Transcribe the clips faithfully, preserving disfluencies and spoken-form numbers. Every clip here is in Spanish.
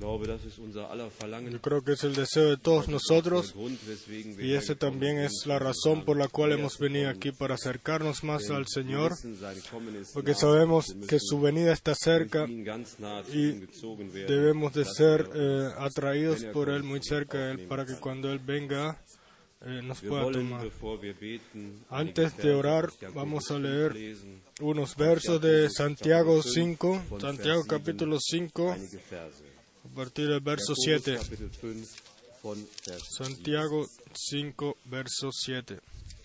Yo creo que es el deseo de todos nosotros y esa también es la razón por la cual hemos venido aquí, para acercarnos más al Señor, porque sabemos que su venida está cerca y debemos de ser eh, atraídos por Él, muy cerca de Él, para que cuando Él venga eh, nos pueda tomar. Antes de orar, vamos a leer unos versos de Santiago cinco, Santiago capítulo cinco, a partir del verso siete. Santiago cinco, verso siete.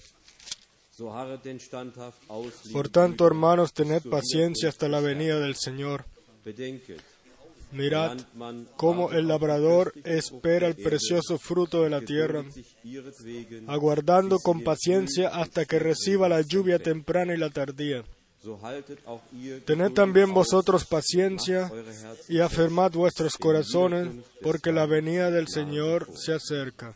Por tanto, hermanos, tened paciencia hasta la venida del Señor. Mirad cómo el labrador espera el precioso fruto de la tierra, aguardando con paciencia hasta que reciba la lluvia temprana y la tardía. Tened también vosotros paciencia y afirmad vuestros corazones, porque la venida del Señor se acerca.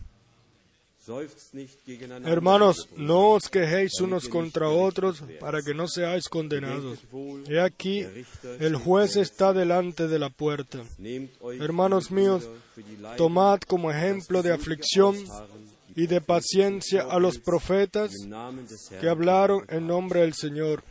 Hermanos, no os quejéis unos contra otros, para que no seáis condenados. He aquí, el juez está delante de la puerta. Hermanos míos, tomad como ejemplo de aflicción y de paciencia a los profetas que hablaron en nombre del Señor.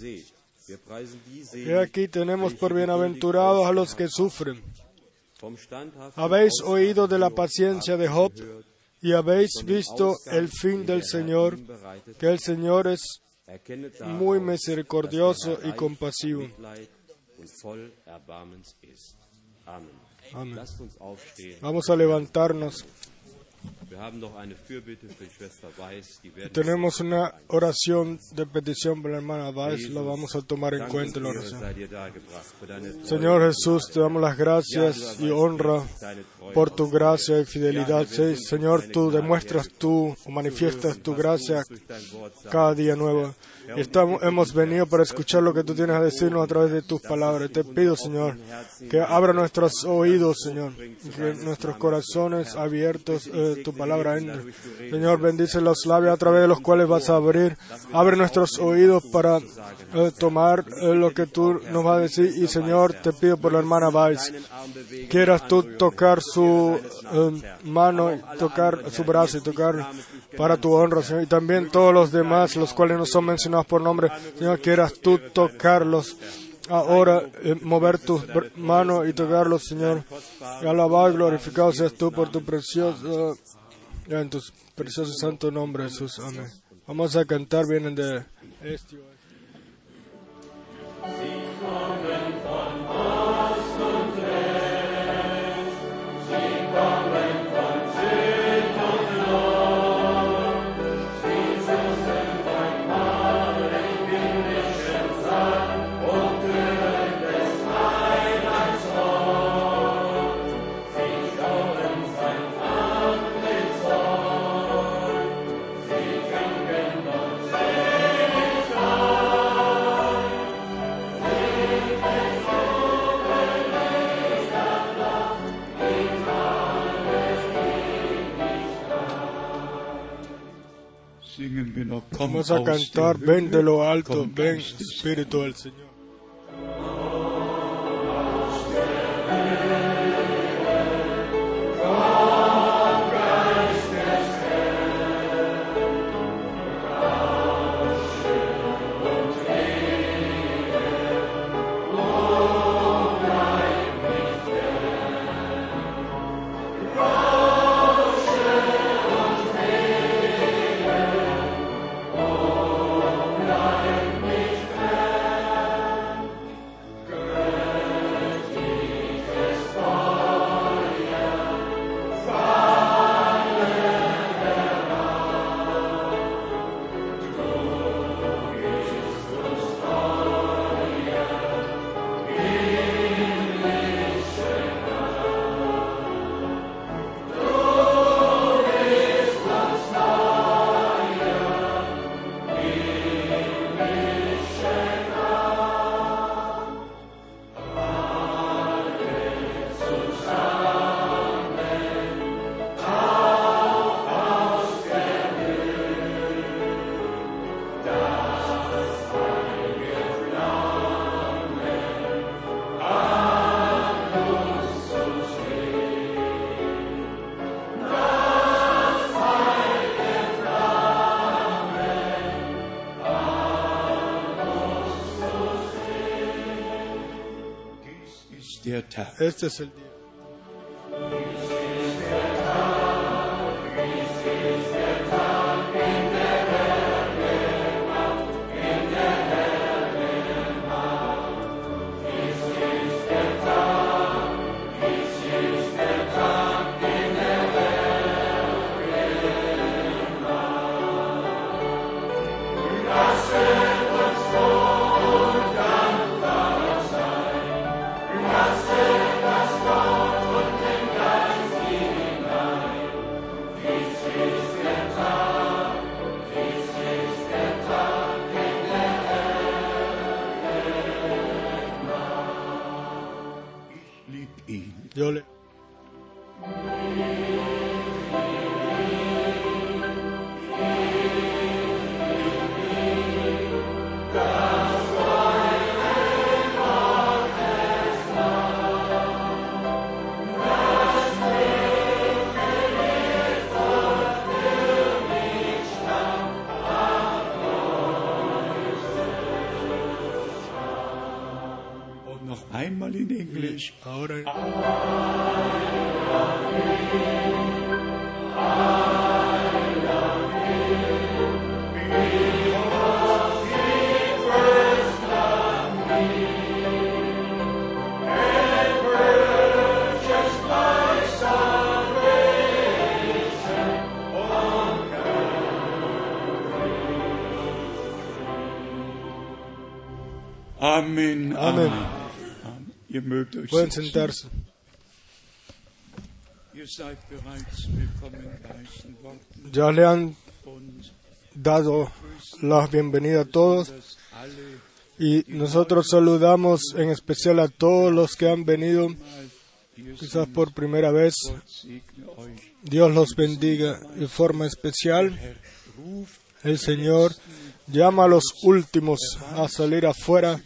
He aquí tenemos por bienaventurados a los que sufren. Habéis oído de la paciencia de Job, y habéis visto el fin del Señor, que el Señor es muy misericordioso y compasivo. Amén. Vamos a levantarnos. Tenemos una oración de petición para la hermana Weiss, la vamos a tomar en cuenta en la oración. Señor Jesús, te damos las gracias y honra por tu gracia y fidelidad. Sí, Señor, tú demuestras tú o manifiestas tu gracia cada día nuevo. Y estamos, hemos venido para escuchar lo que tú tienes a decirnos a través de tus palabras. Te pido, Señor, que abra nuestros oídos, Señor, que nuestros corazones abiertos, eh, tu palabra entre. Señor, bendice los labios a través de los cuales vas a abrir. Abre nuestros oídos para eh, tomar eh, lo que tú nos vas a decir. Y, Señor, te pido por la hermana Weiss, quieras tú tocar su eh, mano, y tocar su brazo y tocar para tu honra, Señor. Y también todos los demás, los cuales no son mencionados por nombre, Señor, quieras tú tocarlos ahora, eh, mover tus manos y tocarlos, Señor. Y alabado y glorificado seas tú por tu precioso, eh, en tu precioso santo nombre, Jesús. Amén. Vamos a cantar, vienen de este. Vamos a cantar, ven de lo alto, ven, Espíritu del Señor. der Tag. Este es el día. Yo le... Und noch einmal in Englisch. Ahora en... Amen. Amen. Amen. Ihr mögt euch Pueden sitzen. sentarse. Ihr seid bereits willkommen geheißen worden. Ya le han Und dado la bienvenida a todos dass alle y nosotros saludamos en especial a todos los que han venido mal hier quizás sind. por primera vez. Gott segne euch. Dios los bendiga de forma especial. Herr ruft El Señor llama a los últimos a salir afuera.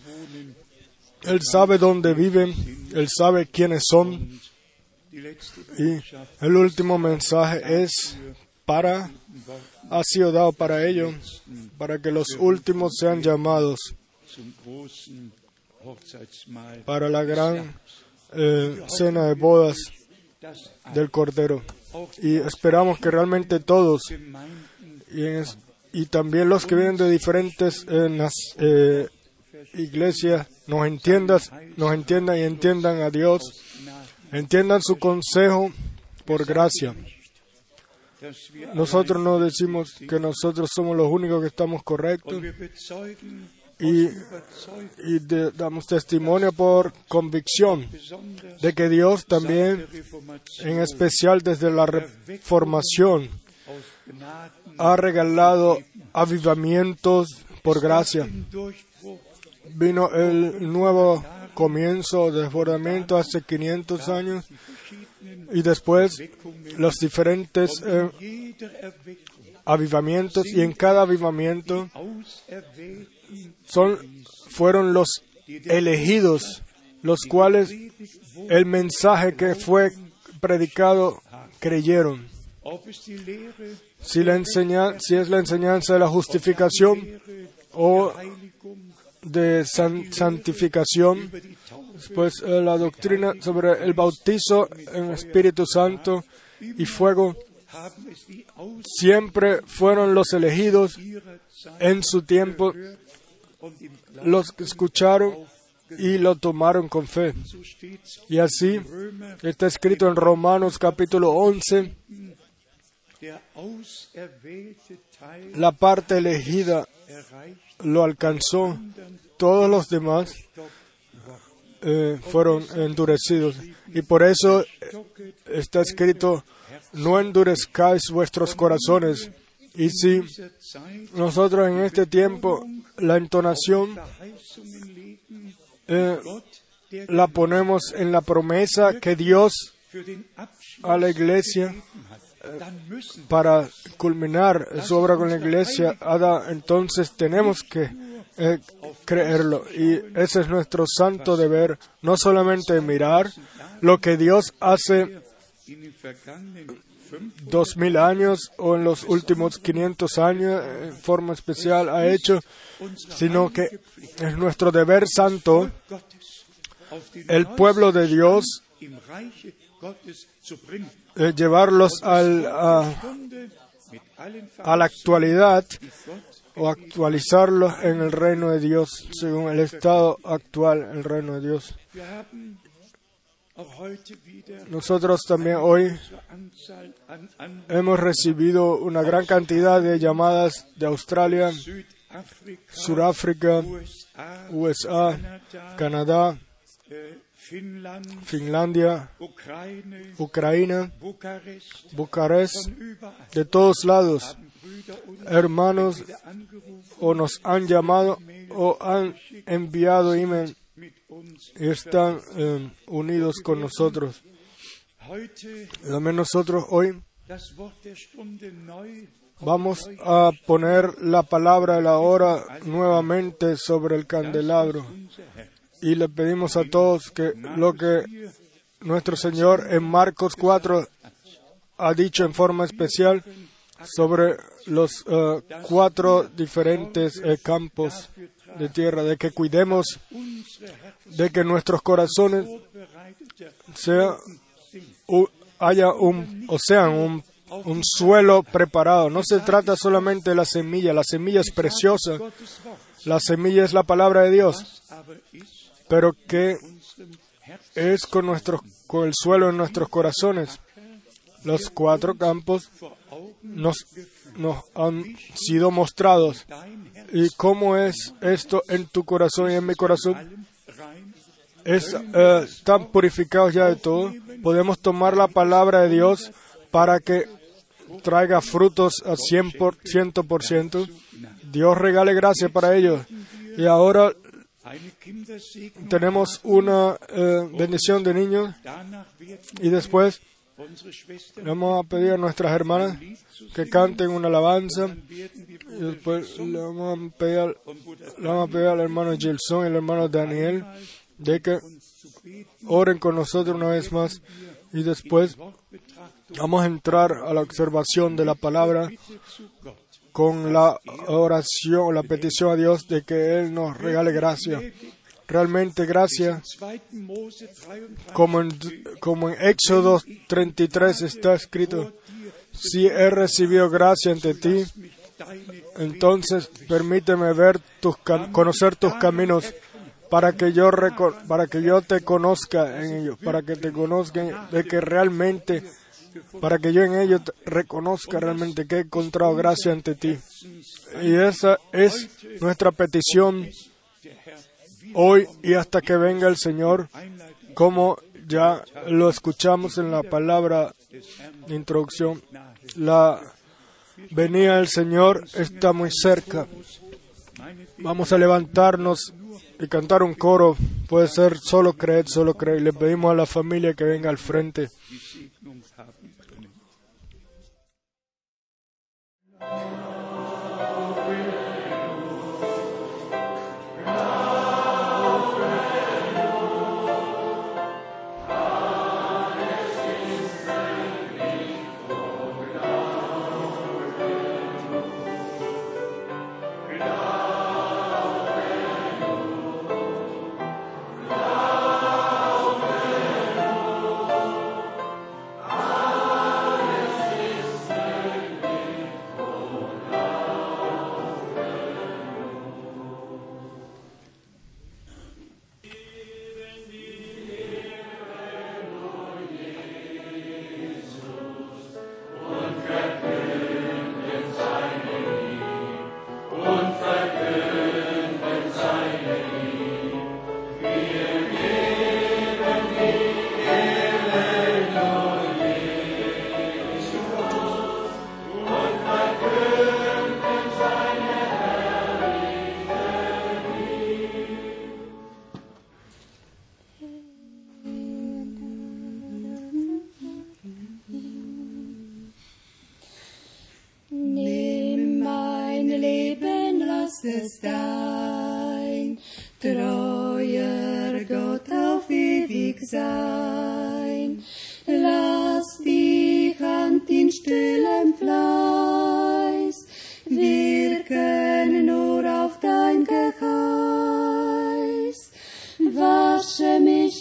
Él sabe dónde viven, Él sabe quiénes son. die letzte Y el último mensaje es para, ha sido dado para ellos, para que los últimos sean llamados zum großen Hochzeitsmahl. para la gran eh, cena de bodas Das del Cordero. Y esperamos que realmente todos, Gemeinden y, en es- y también los que vienen de diferentes eh, nas- eh, iglesias, nos entiendan, nos entiendan y entiendan a Dios, entiendan su consejo por gracia. dass wir Nosotros no decimos que nosotros somos los únicos que estamos correctos und wir bezeugen y, überzeugt y de- damos testimonio por convicción besonders de que Dios también, der Reformation en especial desde la reformación, aus Gnaden ha regalado avivamientos por gracia. den Durchbruch Vino el nuevo comienzo, desbordamiento hace quinientos años y después los diferentes eh, jeder Erweckung avivamientos, y en cada avivamiento auserwählten son, fueron los elegidos, los cuales el mensaje que fue predicado creyeron. ob es die Lehre Si, la enseña, si es la enseñanza de la justificación o Heiligung de san- santificación, über die Taufe pues eh, la doctrina sobre el bautizo en Espíritu Santo y fuego, haben es die aus siempre fueron los elegidos ihrer Zeit en su tiempo, und im Glauben, los que escucharon y lo tomaron con fe. so steht's Y así Römer, está escrito en Romanos capítulo once, der auserwählte Teil la parte elegida erreicht lo alcanzó, todos los demás eh, fueron endurecidos. Y por eso eh, está escrito, no endurezcáis vuestros corazones. Y si dieser Zeit nosotros en este tiempo la entonación Verheißungen legen, eh, Gott, der la ponemos en la promesa que Dios für den Abschluss a la iglesia gegeben hat, dann müssen para culminar su obra con la iglesia, Ada, entonces tenemos que eh, creerlo. Y ese es nuestro santo deber, no solamente mirar lo que Dios hace in den vergangenen fünf dos mil años o en los últimos quinientos años en forma especial ha hecho, sino que es nuestro deber santo Gottes el pueblo de Dios, eh, llevarlos al, a, a la actualidad o actualizarlos en el reino de Dios, según el estado actual, el reino de Dios. Nosotros también hoy hemos recibido una gran cantidad de llamadas de Australia, Sudáfrica, U S A, Canadá, Finlandia, Ucrania, Bucarest, de todos lados. Hermanos o nos han llamado o han enviado email y están eh, unidos con nosotros. También nosotros hoy vamos a poner la palabra de la hora nuevamente sobre el candelabro. Y le pedimos a todos que lo que nuestro Señor en Marcos cuatro ha dicho en forma especial sobre los uh, cuatro diferentes uh, campos de tierra, de que cuidemos de que nuestros corazones sea, uh, haya un, o sean un, un suelo preparado. No se trata solamente de la semilla, la semilla es preciosa, la semilla es la palabra de Dios, pero que es con, nuestros, con el suelo en nuestros corazones. Los cuatro campos nos, nos han sido mostrados. ¿Y cómo es esto en tu corazón y en mi corazón? Es eh, tan purificados ya de todo. Podemos tomar la palabra de Dios para que traiga frutos a cien por ciento. Dios regale gracia para ellos. Y ahora tenemos una eh, bendición de niños y después vamos a pedir a nuestras hermanas que canten una alabanza y después le vamos a pedir al, le vamos a pedir al hermano Gilson y al hermano Daniel de que oren con nosotros una vez más y después vamos a entrar a la observación de la palabra con la oración, la petición a Dios de que Él nos regale gracia. Realmente gracia, como en, como en Éxodo treinta y tres está escrito, si he recibido gracia ante ti, entonces permíteme ver tus conocer tus caminos para que yo reco para que yo te conozca en ellos, para que te conozca de que realmente, para que yo en ellos reconozca realmente que he encontrado gracia ante ti. Y esa es nuestra petición hoy y hasta que venga el Señor, como ya lo escuchamos en la palabra de introducción. La venida del Señor está muy cerca. Vamos a levantarnos y cantar un coro. Puede ser solo creed, solo creed. Le pedimos a la familia que venga al frente. es dein, treuer Gott auf ewig sein. Lass die Hand in stillem Fleiß wirken nur auf dein Geheiß. Wasche mich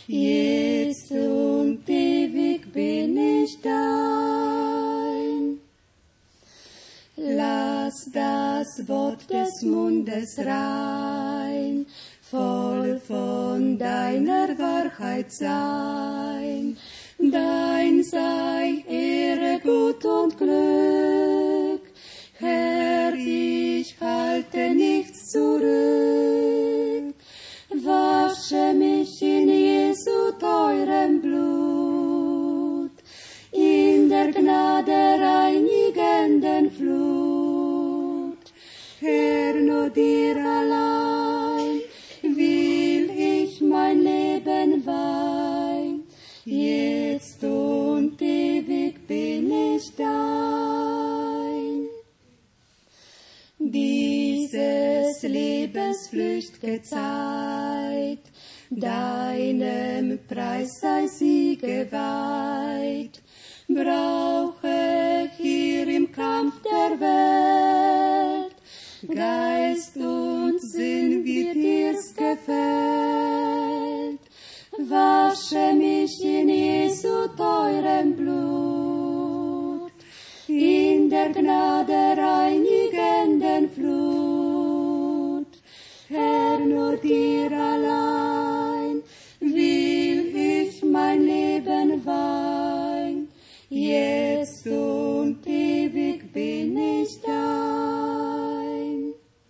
jetzt und ewig bin ich dein. Lass das Wort des Mundes rein, voll von deiner Wahrheit sein. Dein sei Ehre, Gut und Glück, Herr, ich halte nichts zurück. Wasche mich in Jesu teurem Blut, in der Gnade reinigenden Flut. Herr, nur dir allein will ich mein Leben weihen, jetzt und ewig bin ich dein. Dieses Lebens flücht'ge Zeit, deinem Preis sei sie geweiht. Brauche hier im Kampf der Welt Geist und Sinn, wie dir's gefällt. Wasche mich in Jesu teurem Blut, in der Gnade reinigenden Flut. Herr, nur dir allein will ich mein Leben weihen, jetzt und ewig bin ich dein.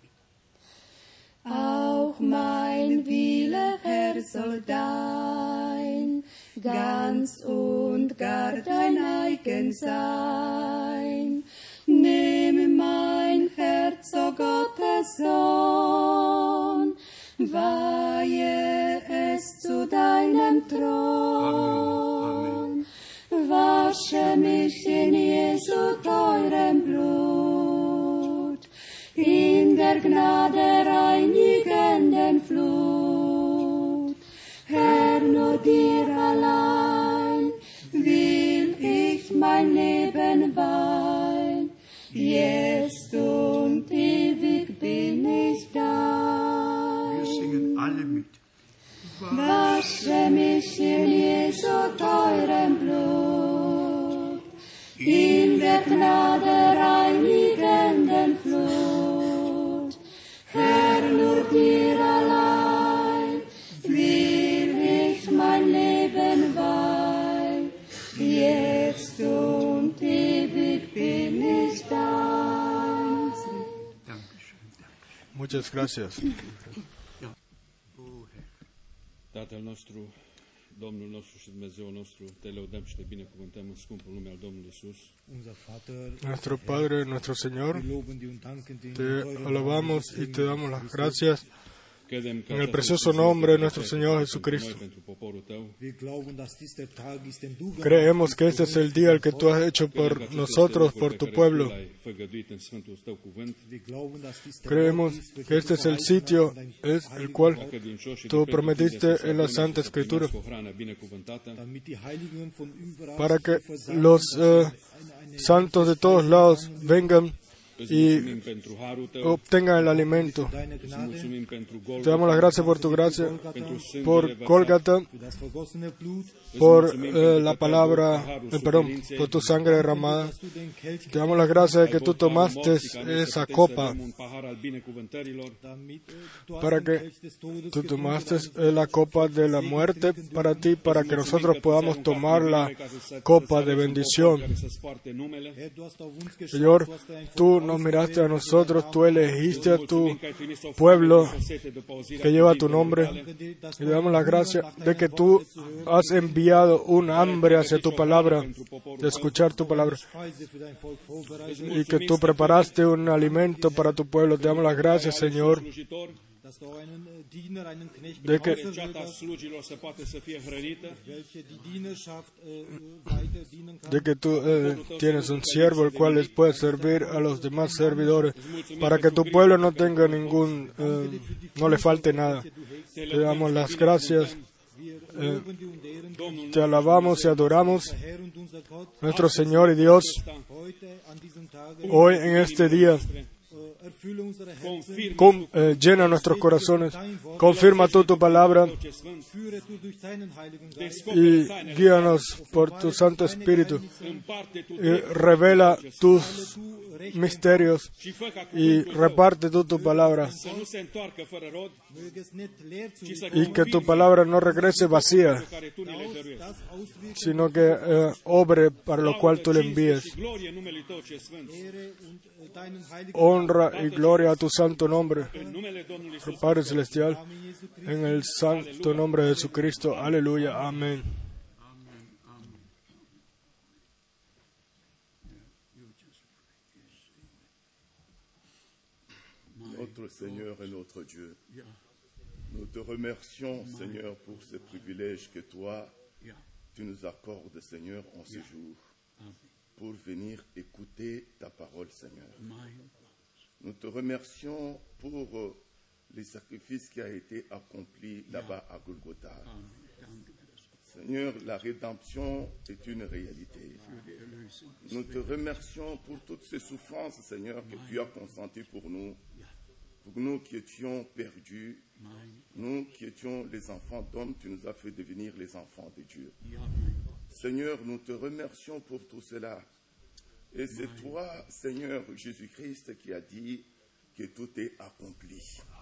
Auch mein Wille, Herr, soll dein, ganz und gar dein eigen sein. Nimm mein Herz, o Gottes Sohn, weihe es zu deinem Thron. Wasche mich in Jesu teurem Blut, in der Gnade reinigenden Flut. Herr, nur dir allein will ich mein Leben weihen, jetzt und ewig bin ich dein. Wir singen alle mit. Wasche mich in Jesu teurem Blut, in der Gnade reinigenden Flut. Herr, nur dir allein will ich mein Leben weihen, jetzt und ewig bin ich dein. Dankeschön. Muchas gracias. Tatăl nostru, Domnul nostru și Dumnezeu nostru, te lăudăm și te binecuvântăm în scumpul nume al Domnului Iisus. Nuestro Padre, nuestro Señor, te alabamos y te damos las gracias en el precioso nombre de nuestro Señor Jesucristo. Creemos que este es el día el que tú has hecho por nosotros, por tu pueblo. Creemos que este es el sitio, es el cual tú prometiste en la Santa Escritura, para que los uh, santos de todos lados vengan y obtengan el alimento. Te damos las gracias por tu gracia, por Gólgata, por eh, la palabra, eh, perdón, por tu sangre derramada. Te damos las gracias de que tú tomaste esa copa, para que tú tomaste eh, la copa de la muerte para ti, para que nosotros podamos tomar la copa de bendición. Señor, tú nos miraste a nosotros, tú elegiste a tu pueblo que lleva tu nombre, y te damos las gracias de que tú has enviado un hambre hacia tu palabra, de escuchar tu palabra, y que tú preparaste un alimento para tu pueblo. Te damos las gracias, Señor, de que, de que tú eh, tienes un siervo el cual les puede servir a los demás servidores, para que tu pueblo no tenga ningún, eh, no le falte nada. Te damos las gracias, eh, te alabamos y adoramos, nuestro Señor y Dios. Hoy en este día Cum, eh, llena nuestros corazones. Confirma tú tu palabra y guíanos por tu Santo Espíritu. Y revela tus misterios y reparte tú tu palabra. Y que tu palabra no regrese vacía, sino que eh, obre para lo cual tú le envíes. Honra y gloria a tu santo nombre, Padre Celestial, en el santo nombre de Jesucristo. Aleluya. Amén. Notre Seigneur et notre Dieu, nous te remercions, Seigneur, pour ce privilège que toi, tu nous accordes, Seigneur, en ce jour, pour venir écouter ta parole, Seigneur. Nous te remercions pour les sacrifices qui ont été accomplis là-bas à Golgotha. Seigneur, la rédemption est une réalité. Nous te remercions pour toutes ces souffrances, Seigneur, que tu as consenties pour nous. Pour nous qui étions perdus, nous qui étions les enfants d'hommes, tu nous as fait devenir les enfants de Dieu. Seigneur, nous te remercions pour tout cela. Et c'est toi, Seigneur Jésus-Christ, qui a dit que tout est accompli.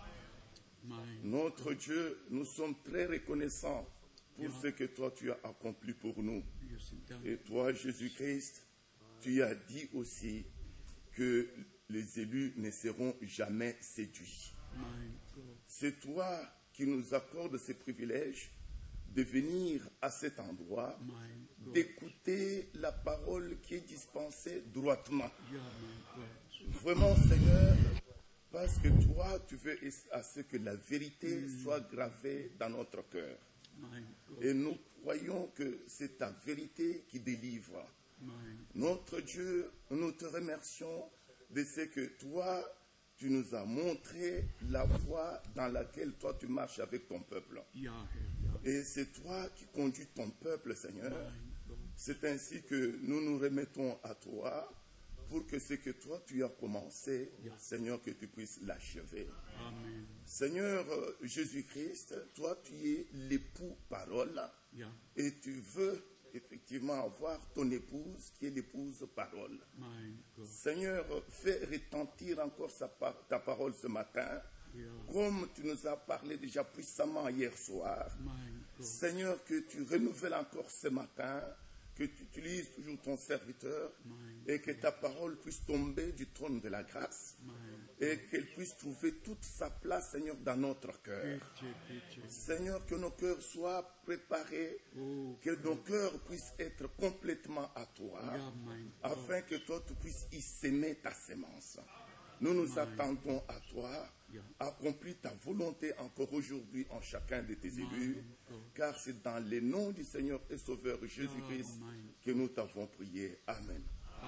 Notre Dieu, nous sommes très reconnaissants pour ce que toi tu as accompli pour nous. Et toi, Jésus-Christ, tu as dit aussi que les élus ne seront jamais séduits. C'est toi qui nous accordes ce privilège de venir à cet endroit, d'écouter la parole qui est dispensée droitement. Vraiment, Seigneur, parce que toi, tu veux à ce que la vérité soit gravée dans notre cœur. Et nous croyons que c'est ta vérité qui délivre. Notre Dieu, nous te remercions de ce que toi, tu nous as montré la voie dans laquelle toi tu marches avec ton peuple. Et c'est toi qui conduis ton peuple, Seigneur. C'est ainsi que nous nous remettons à toi pour que ce que toi tu as commencé, Seigneur, que tu puisses l'achever. Seigneur Jésus-Christ, toi tu es l'époux parole et tu veux effectivement avoir ton épouse qui est l'épouse parole. Seigneur, fais retentir encore sa, ta parole ce matin, comme tu nous as parlé déjà puissamment hier soir. Seigneur, que tu renouvelles encore ce matin, que tu utilises toujours ton serviteur et que ta parole puisse tomber du trône de la grâce et qu'elle puisse trouver toute sa place, Seigneur, dans notre cœur. Seigneur, que nos cœurs soient préparés, que nos cœurs puissent être complètement à toi, afin que toi, tu puisses y s'aimer ta sémence. Nous nous attendons à toi. Accomplis ta volonté encore aujourd'hui en chacun de tes élus, car c'est dans le nom du Seigneur et Sauveur Jésus-Christ que nous t'avons prié. Amen.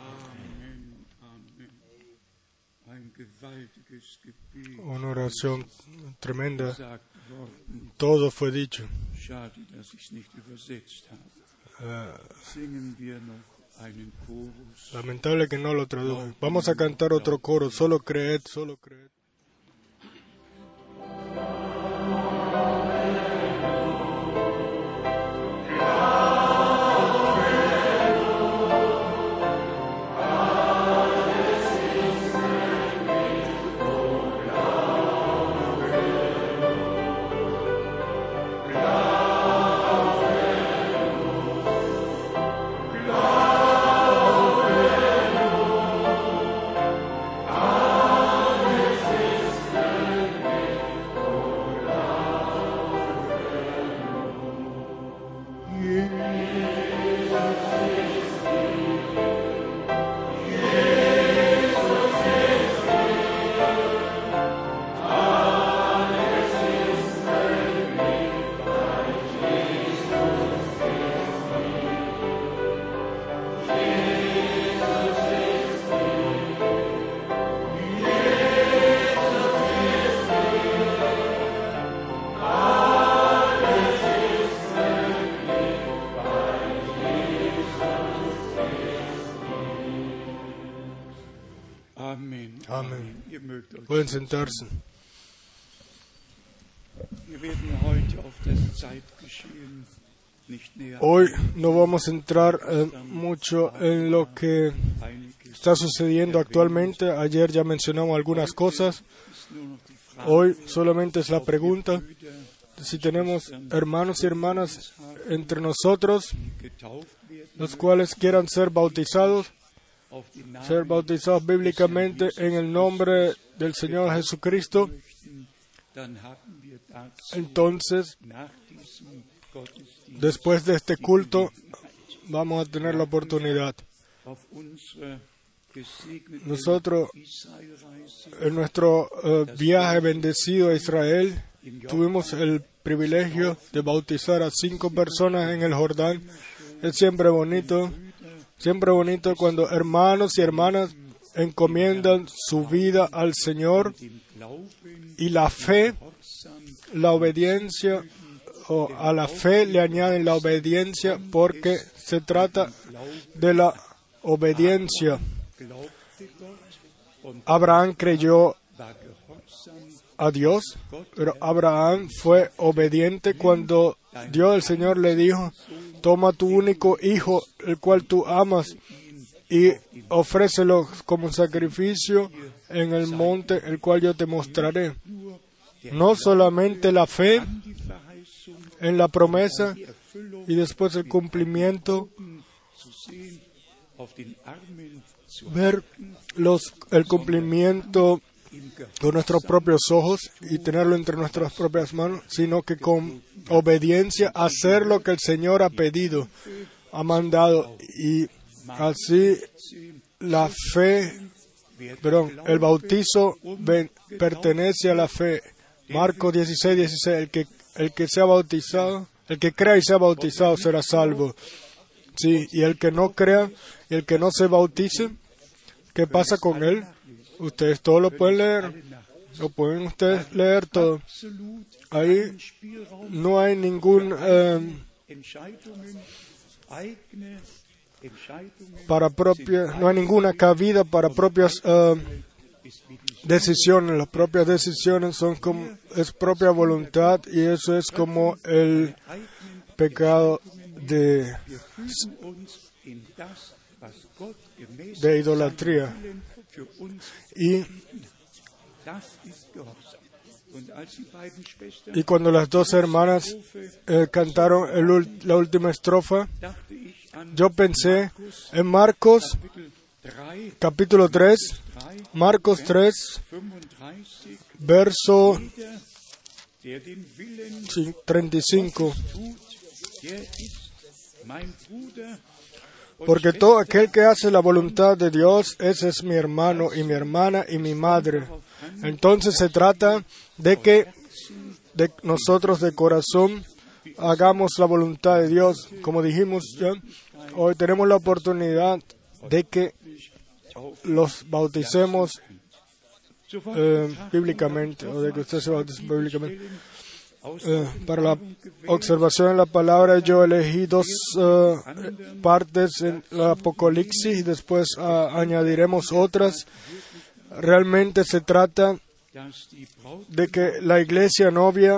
Una oración tremenda. Todo fue dicho. Lamentable que no lo traduje. Vamos a cantar otro coro. Solo creed, solo creed. Amen. Pueden sentarse. Hoy no vamos a entrar eh, mucho en lo que está sucediendo actualmente. Ayer ya mencionamos algunas cosas. Hoy solamente es la pregunta si tenemos hermanos y hermanas entre nosotros, los cuales quieran ser bautizados, ser bautizados bíblicamente en el nombre del Señor Jesucristo. Entonces, después de este culto, vamos a tener la oportunidad. Nosotros, en nuestro uh, viaje bendecido a Israel, tuvimos el privilegio de bautizar a cinco personas en el Jordán. Es siempre bonito, siempre bonito cuando hermanos y hermanas encomiendan su vida al Señor y la fe, la obediencia, o a la fe le añaden la obediencia, porque se trata de la obediencia. Abraham creyó a Dios, pero Abraham fue obediente cuando Dios, el Señor, le dijo: toma tu único hijo, el cual tú amas, y ofrécelo como sacrificio en el monte, el cual yo te mostraré. No solamente la fe en la promesa y después el cumplimiento, ver los, el cumplimiento con nuestros propios ojos y tenerlo entre nuestras propias manos, sino que con obediencia hacer lo que el Señor ha pedido, ha mandado, y así la fe, perdón, el bautizo ven, pertenece a la fe. Marcos dieciséis, dieciséis, el que, el que sea bautizado, el que crea y sea bautizado será salvo. Sí, y el que no crea y el que no se bautice, ¿qué pasa con él? Ustedes todo lo pueden leer, lo pueden ustedes leer todo. Ahí no hay ningún eh, para propia, no hay ninguna cabida para propias eh, decisiones. Las propias decisiones son como es propia voluntad, y eso es como el pecado de de idolatría. Y, y cuando las dos hermanas eh, cantaron el, la última estrofa, yo pensé en Marcos capítulo tres, Marcos tres, verso treinta y cinco. Porque todo aquel que hace la voluntad de Dios, ese es mi hermano y mi hermana y mi madre. Entonces se trata de que de nosotros de corazón hagamos la voluntad de Dios. Como dijimos ya, hoy tenemos la oportunidad de que los bauticemos eh, bíblicamente, o de que usted se bautice bíblicamente. Eh, para la observación en la palabra, yo elegí dos uh, partes en el Apocalipsis y después uh, añadiremos otras. Realmente se trata de que la iglesia novia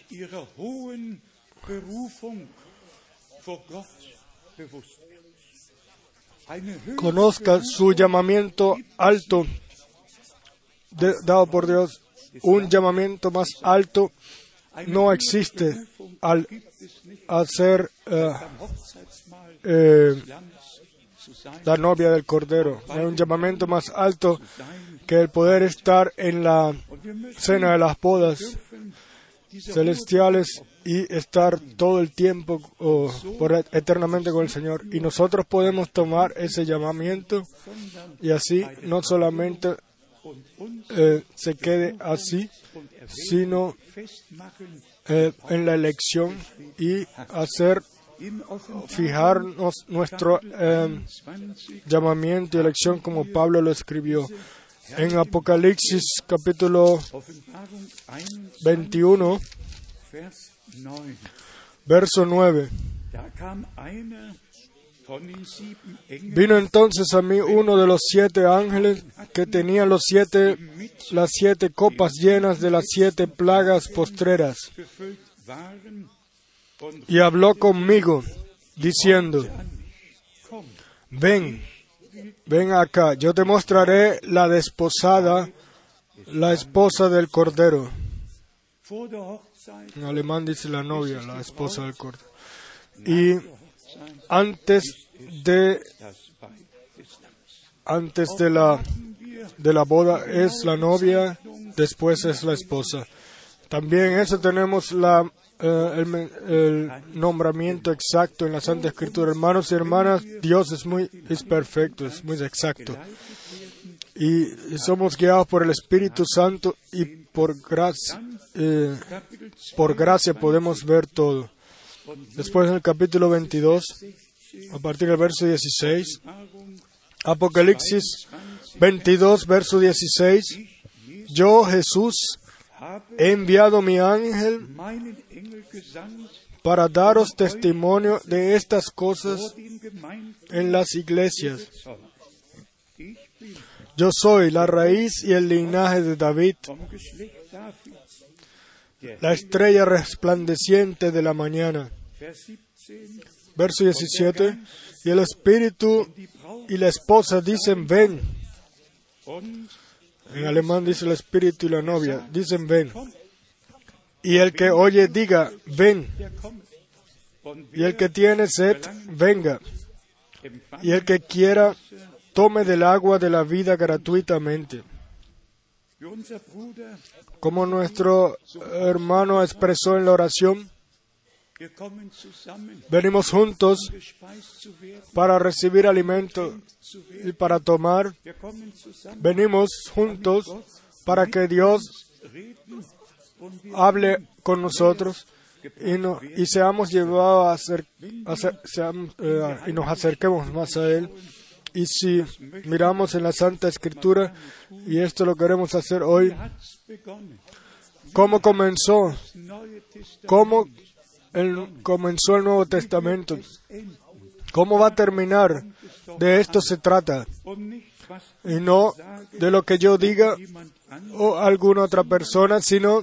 conozca su llamamiento alto de, dado por Dios. Un llamamiento más alto no existe al hacer uh, eh, la novia del Cordero. Hay un llamamiento más alto que el poder estar en la cena de las bodas celestiales y estar todo el tiempo oh, por eternamente con el Señor. Y nosotros podemos tomar ese llamamiento y así no solamente eh, se quede así, sino eh, en la elección y hacer fijarnos nuestro eh, llamamiento y elección como Pablo lo escribió en Apocalipsis capítulo veintiuno, verso nueve. Vino entonces a mí uno de los siete ángeles que tenía los siete, las siete copas llenas de las siete plagas postreras, y habló conmigo, diciendo: Ven, ven acá, yo te mostraré la desposada, la esposa del Cordero. En alemán dice la novia, la esposa del Cordero. Y antes de antes de la de la boda es la novia, después es la esposa. También en eso tenemos la eh, el, el nombramiento exacto en la Santa Escritura. Hermanos y hermanas, Dios es muy es perfecto, es muy exacto. Y somos guiados por el Espíritu Santo y por gracia, eh, por gracia podemos ver todo. Después en el capítulo veintidós, a partir del verso dieciséis, Apocalipsis veintidós, verso dieciséis, yo, Jesús, he enviado mi ángel para daros testimonio de estas cosas en las iglesias. Yo soy la raíz y el linaje de David, la estrella resplandeciente de la mañana. Verso diecisiete. Y el Espíritu y la esposa dicen: ven. En alemán dice el Espíritu y la novia, dicen: ven. Y el que oye diga: ven. Y el que tiene sed, venga. Y el que quiera, tome del agua de la vida gratuitamente. Como nuestro hermano expresó en la oración, venimos juntos para recibir alimento y para tomar. Venimos juntos para que Dios hable con nosotros y, no, y seamos llevados a hacer, a hacer seamos, eh, y nos acerquemos más a Él. Y si miramos en la Santa Escritura, y esto lo queremos hacer hoy, ¿cómo comenzó? ¿Cómo el, comenzó el Nuevo Testamento? ¿Cómo va a terminar? De esto se trata. Y no de lo que yo diga o alguna otra persona, sino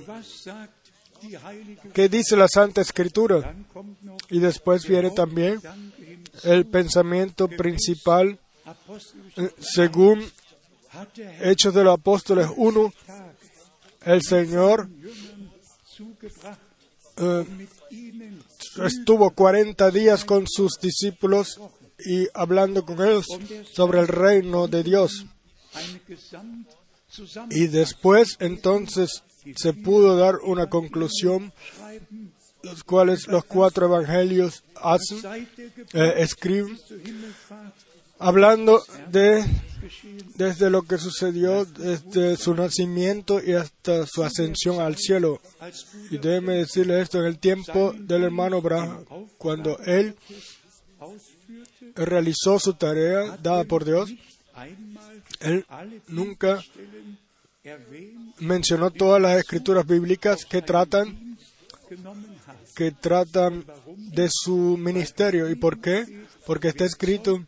que dice la Santa Escritura. Y después viene también el pensamiento principal, según Hechos de los Apóstoles uno, el Señor eh, estuvo cuarenta días con sus discípulos y hablando con ellos sobre el reino de Dios. Y después, entonces, se pudo dar una conclusión, los cuales los cuatro evangelios hacen, eh, escriben, hablando de desde lo que sucedió desde su nacimiento y hasta su ascensión al cielo. Y déjeme decirle esto: en el tiempo del hermano Branham, cuando él realizó su tarea dada por Dios, él nunca mencionó todas las escrituras bíblicas que tratan que tratan de su ministerio. ¿Y por qué? Porque está escrito: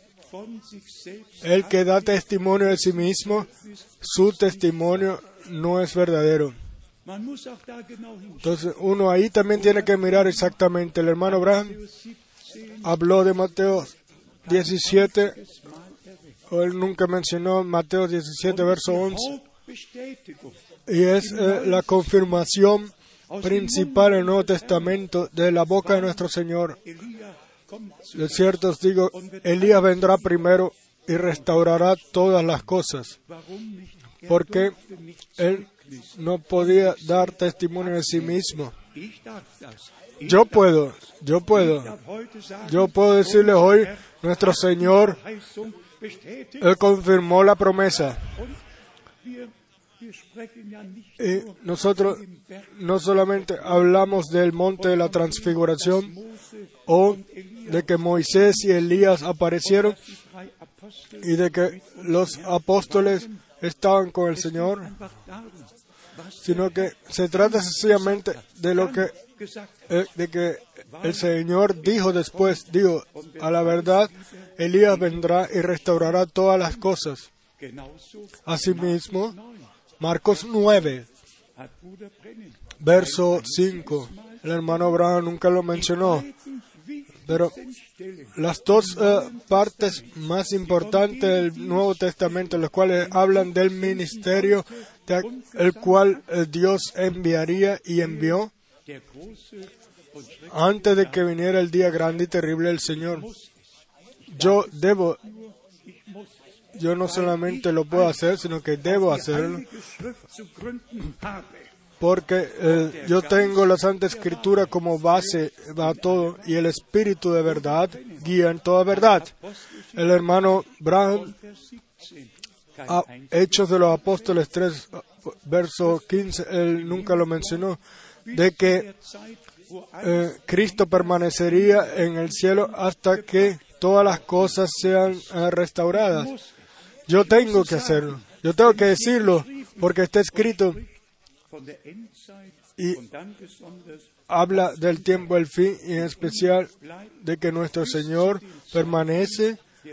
el que da testimonio de sí mismo, su testimonio no es verdadero. Entonces, uno ahí también tiene que mirar exactamente. El hermano Branham habló de Mateo diecisiete, o él nunca mencionó Mateo diecisiete, verso once, y es eh, la confirmación principal en el Nuevo Testamento de la boca de nuestro Señor. De cierto os digo, Elías vendrá primero y restaurará todas las cosas, porque él no podía dar testimonio de sí mismo. Yo puedo, yo puedo, yo puedo decirles hoy, nuestro Señor, Él confirmó la promesa. Y nosotros no solamente hablamos del monte de la transfiguración o de que Moisés y Elías aparecieron y de que los apóstoles estaban con el Señor, sino que se trata sencillamente de lo que eh, de que el Señor dijo después, dijo, a la verdad, Elías vendrá y restaurará todas las cosas. Asimismo, Marcos nueve, verso cinco. El hermano Branham nunca lo mencionó, pero las dos uh, partes más importantes del Nuevo Testamento, las cuales hablan del ministerio de, el cual uh, Dios enviaría y envió antes de que viniera el día grande y terrible del Señor. Yo debo, yo no solamente lo puedo hacer, sino que debo hacerlo, porque eh, yo tengo la Santa Escritura como base a todo, y el Espíritu de verdad guía en toda verdad. El hermano Branham, a Hechos de los Apóstoles tres, verso quince, él nunca lo mencionó, de que eh, Cristo permanecería en el cielo hasta que todas las cosas sean eh, restauradas. Yo tengo que hacerlo, yo tengo que decirlo, porque está escrito. Y habla del tiempo del fin, y en especial de que nuestro Señor permanece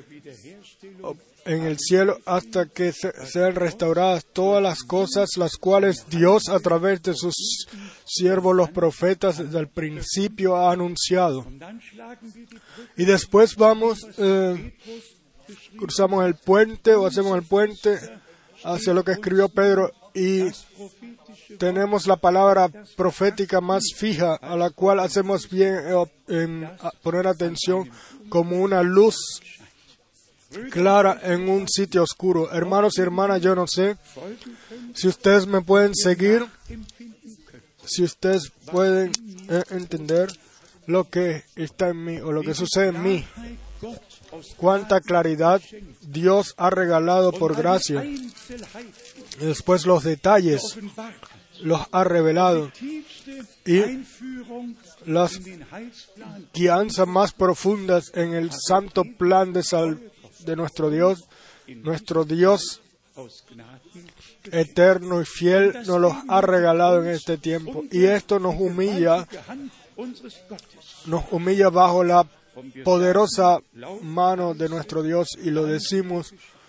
en el cielo hasta que se, sean restauradas todas las cosas, las cuales Dios a través de sus siervos los profetas desde el principio ha anunciado. Y después vamos, eh, cruzamos el puente o hacemos el puente hacia lo que escribió Pedro, y tenemos la palabra profética más fija, a la cual hacemos bien en poner atención, como una luz clara en un sitio oscuro. Hermanos y hermanas, yo no sé si ustedes me pueden seguir, si ustedes pueden eh, entender lo que está en mí o lo que sucede en mí. Cuánta claridad Dios ha regalado por gracia. Y después los detalles los ha revelado, y las guianzas más profundas en el santo plan de, sal, de nuestro Dios. Nuestro Dios eterno y fiel nos los ha regalado en este tiempo, y esto nos humilla, nos humilla bajo la poderosa mano de nuestro Dios, y lo decimos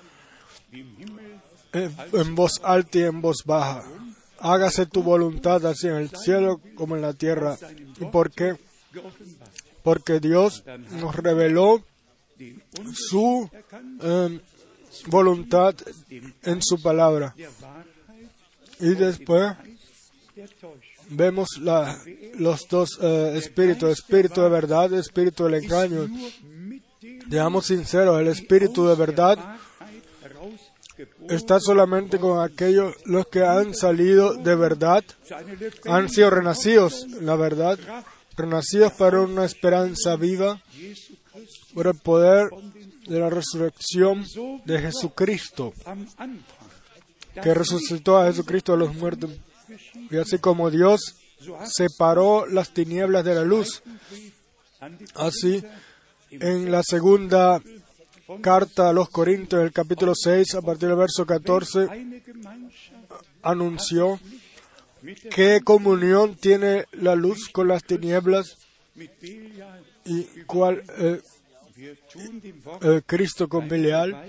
en, en voz alta y en voz baja. Hágase tu voluntad así en el cielo como en la tierra. ¿Y por qué? Porque Dios nos reveló su eh, voluntad en su palabra. Y después vemos la, los dos eh, espíritus, espíritu de verdad y espíritu del engaño. Seamos sinceros, el espíritu de verdad está solamente con aquellos los que han salido de verdad, han sido renacidos, la verdad, renacidos para una esperanza viva, por el poder de la resurrección de Jesucristo, que resucitó a Jesucristo de los muertos. Y así como Dios separó las tinieblas de la luz, así en la segunda carta a los Corintios, el capítulo seis, a partir del verso catorce, anunció qué comunión tiene la luz con las tinieblas, y cuál eh, eh, Cristo con Belial.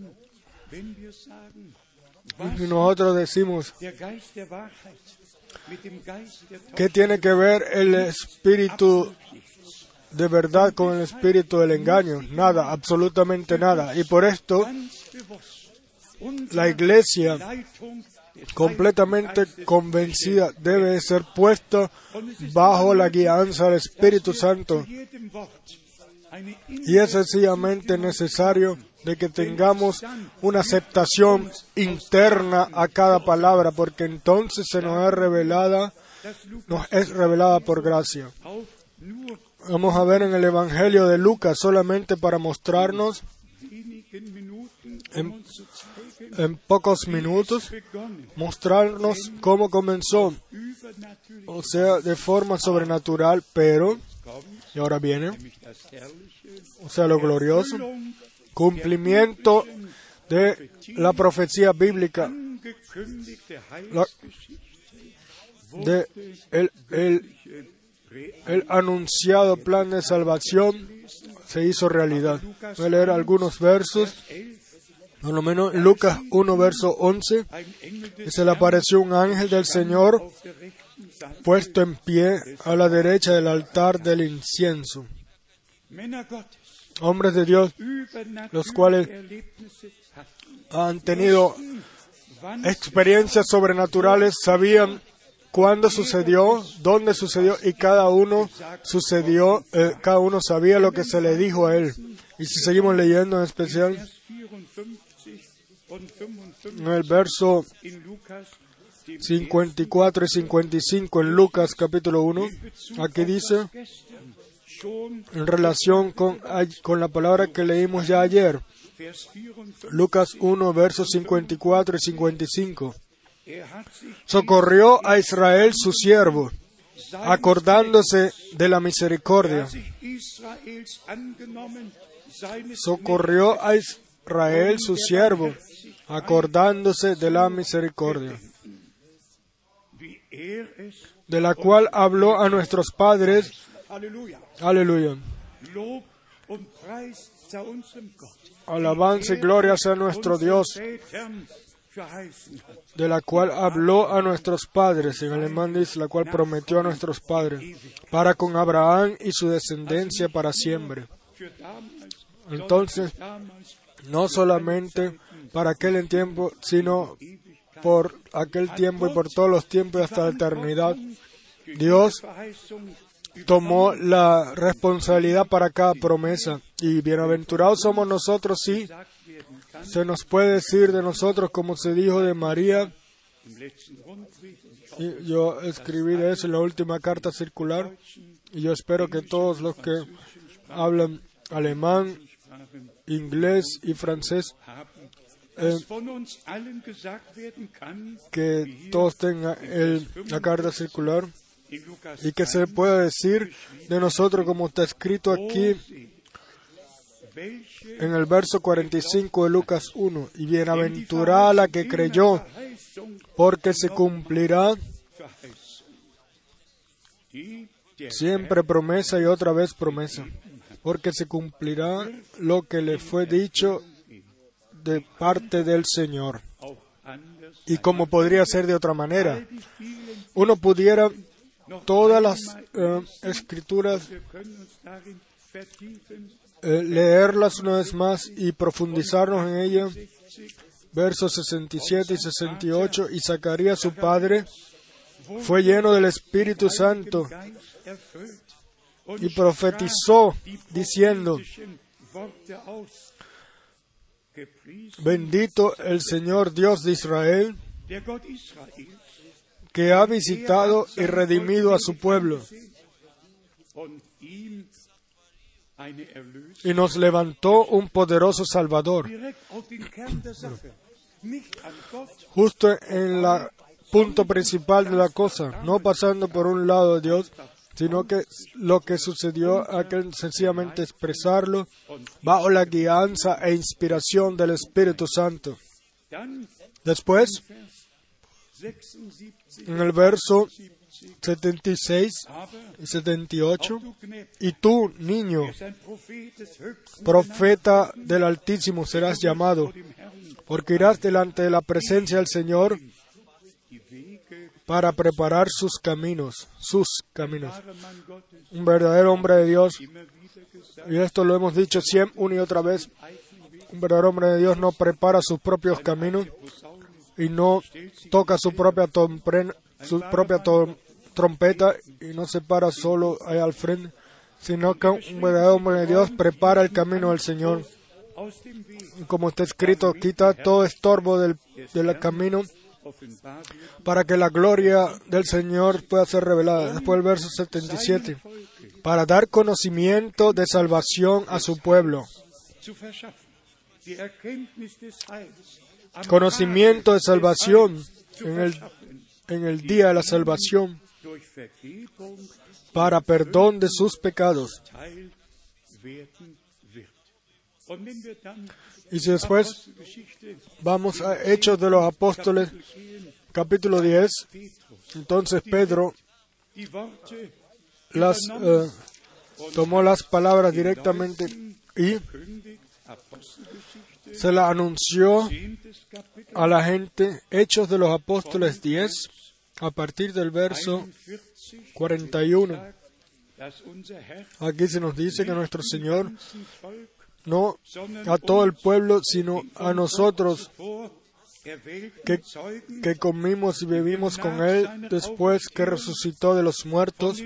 Y nosotros decimos, ¿qué tiene que ver el espíritu de verdad con el espíritu del engaño? Nada, absolutamente nada. Y por esto, la Iglesia, completamente convencida, debe ser puesta bajo la guianza del Espíritu Santo. Y es sencillamente necesario de que tengamos una aceptación interna a cada palabra, porque entonces se nos es revelada, nos es revelada por gracia. Vamos a ver en el Evangelio de Lucas, solamente para mostrarnos en, en pocos minutos, mostrarnos cómo comenzó, o sea, de forma sobrenatural, pero, y ahora viene, o sea, lo glorioso, cumplimiento de la profecía bíblica, la, de el, el el anunciado plan de salvación se hizo realidad. Voy a leer algunos versos. Por lo menos Lucas uno, verso once, que se le apareció un ángel del Señor puesto en pie a la derecha del altar del incienso. Hombres de Dios, los cuales han tenido experiencias sobrenaturales, sabían cuándo sucedió, dónde sucedió, y cada uno sucedió, eh, cada uno sabía lo que se le dijo a él. Y si seguimos leyendo, en especial en el verso cincuenta y cuatro y cincuenta y cinco en Lucas capítulo uno, aquí dice, en relación con, con la palabra que leímos ya ayer, Lucas uno, versos cincuenta y cuatro y cincuenta y cinco. Socorrió a Israel su siervo, acordándose de la misericordia. Socorrió a Israel su siervo, acordándose de la misericordia, de la cual habló a nuestros padres. Aleluya. Alabanza y gloria sea nuestro Dios, de la cual habló a nuestros padres. En alemán dice, la cual prometió a nuestros padres, para con Abraham y su descendencia para siempre. Entonces, no solamente para aquel tiempo, sino por aquel tiempo y por todos los tiempos y hasta la eternidad, Dios tomó la responsabilidad para cada promesa. Y bienaventurados somos nosotros si se nos puede decir de nosotros, como se dijo de María. Y yo escribí de eso en la última carta circular, y yo espero que todos los que hablan alemán, inglés y francés, eh, que todos tengan el, la carta circular, y que se pueda decir de nosotros, como está escrito aquí en el verso cuarenta y cinco de Lucas uno, y bienaventurada la que creyó, porque se cumplirá. Siempre promesa y otra vez promesa, porque se cumplirá lo que le fue dicho de parte del Señor. Y como podría ser de otra manera, uno pudiera todas las eh, escrituras eh, leerlas una vez más y profundizarnos en ellas. Versos sesenta y siete y sesenta y ocho. Y Zacarías su padre fue lleno del Espíritu Santo y profetizó diciendo: bendito el Señor Dios de Israel, que ha visitado y redimido a su pueblo, y nos levantó un poderoso Salvador. Justo en el punto principal de la cosa, no pasando por un lado de Dios, sino que lo que sucedió, aquel sencillamente expresarlo bajo la guianza e inspiración del Espíritu Santo. Después, en el verso setenta y seis y setenta y ocho, y tú, niño, profeta del Altísimo serás llamado, porque irás delante de la presencia del Señor para preparar sus caminos, sus caminos. Un verdadero hombre de Dios, y esto lo hemos dicho siempre, una y otra vez, un verdadero hombre de Dios no prepara sus propios caminos y no toca su propia, tompren, su propia to, trompeta y no se para solo ahí al frente, sino que un verdadero hombre de Dios prepara el camino del Señor. Y como está escrito, quita todo estorbo del, del camino para que la gloria del Señor pueda ser revelada. Después el verso setenta y siete, para dar conocimiento de salvación a su pueblo. Conocimiento de salvación en el, en el día de la salvación, para perdón de sus pecados. Y si después vamos a Hechos de los las, eh, tomó las palabras directamente y se la anunció a la gente. Hechos de los Apóstoles diez, a partir del verso cuarenta y uno. Aquí se nos dice que nuestro Señor, no a todo el pueblo, sino a nosotros, que, que comimos y bebimos con Él después que resucitó de los muertos,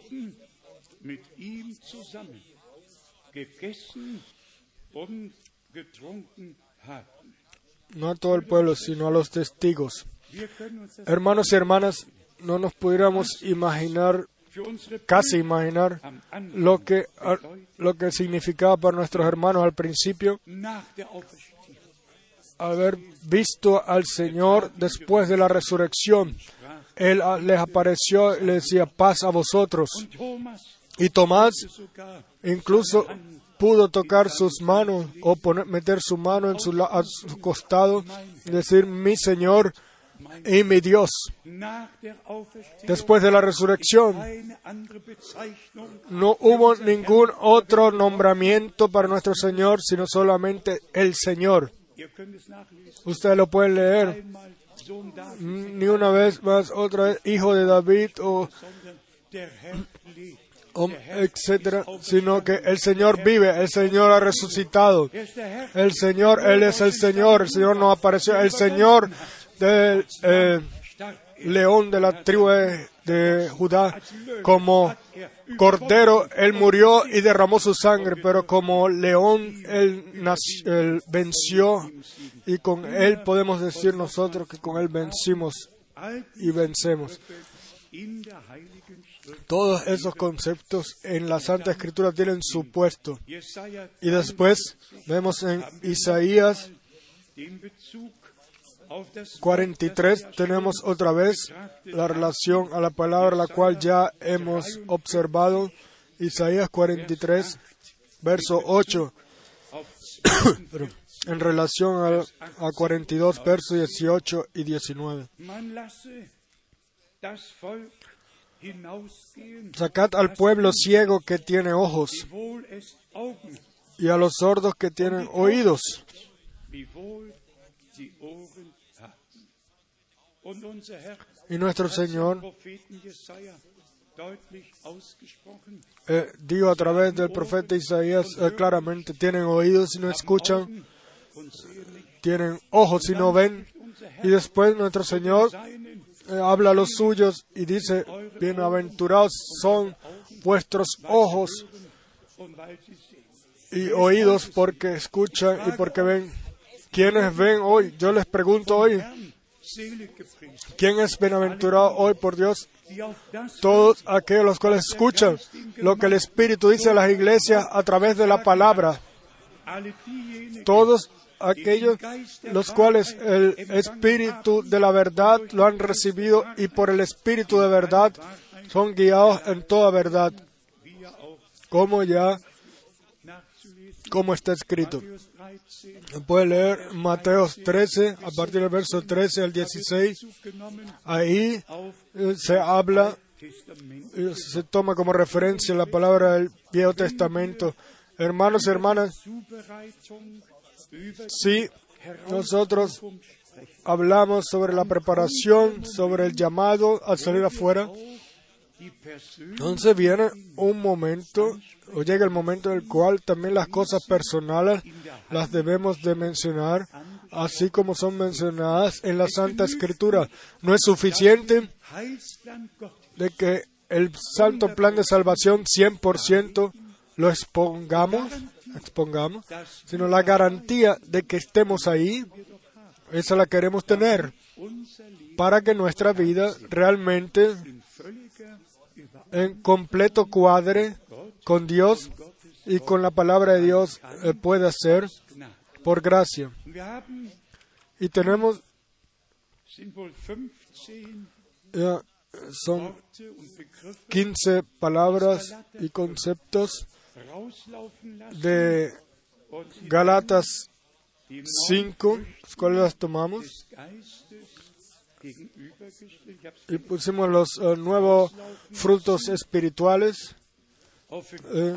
no a todo el pueblo, sino a los testigos. Hermanos y hermanas, no nos pudiéramos imaginar, casi imaginar, lo que, lo que significaba para nuestros hermanos al principio haber visto al Señor después de la resurrección. Él les apareció y les decía, paz a vosotros. Y Tomás incluso pudo tocar sus manos o poner, meter su mano en su, a su costado y decir, mi Señor y mi Dios. Después de la resurrección no hubo ningún otro nombramiento para nuestro Señor, sino solamente el Señor. Ustedes lo pueden leer. Ni una vez más, otra vez, hijo de David o, o etcétera, sino que el Señor vive, el Señor ha resucitado. El Señor, Él es el Señor, el Señor nos apareció, el Señor del eh, león de la tribu de, de Judá, como cordero, Él murió y derramó su sangre, pero como león, Él, nació, él venció, y con Él podemos decir nosotros que con Él vencimos y vencemos. Todos esos conceptos en la Santa Escritura tienen su puesto. Y después vemos en Isaías cuarenta y tres, tenemos otra vez la relación a la palabra la cual ya hemos observado. Isaías cuarenta y tres, verso ocho, en relación a, a cuarenta y dos, versos dieciocho y diecinueve. Sacad al pueblo ciego que tiene ojos, y a los sordos que tienen oídos. Y nuestro Señor eh, dijo a través del profeta Isaías eh, claramente, tienen oídos y no escuchan, tienen ojos y no ven. Y después nuestro Señor eh, habla a los suyos y dice, bienaventurados son vuestros ojos y oídos porque escuchan y porque ven. ¿Quiénes ven hoy? Yo les pregunto hoy, ¿quién es bienaventurado hoy por Dios? Todos aquellos los cuales escuchan lo que el Espíritu dice a las iglesias a través de la palabra. Todos aquellos los cuales el Espíritu de la verdad lo han recibido y por el Espíritu de verdad son guiados en toda verdad, como ya como está escrito. Puede leer Mateo trece, a partir del verso trece al dieciséis. Ahí se habla, se toma como referencia la palabra del Viejo Testamento. Hermanos y hermanas, si nosotros hablamos sobre la preparación, sobre el llamado a salir afuera, entonces viene un momento, o llega el momento en el cual también las cosas personales las debemos de mencionar, así como son mencionadas en la Santa Escritura. No es suficiente de que el santo plan de salvación cien por ciento lo expongamos, expongamos, sino la garantía de que estemos ahí, esa la queremos tener, para que nuestra vida realmente en completo cuadre con Dios y con la palabra de Dios eh, pueda ser por gracia. Y tenemos, eh, son quince palabras y conceptos de Gálatas cinco, las cuales las tomamos y pusimos los uh, nuevos frutos espirituales. Eh,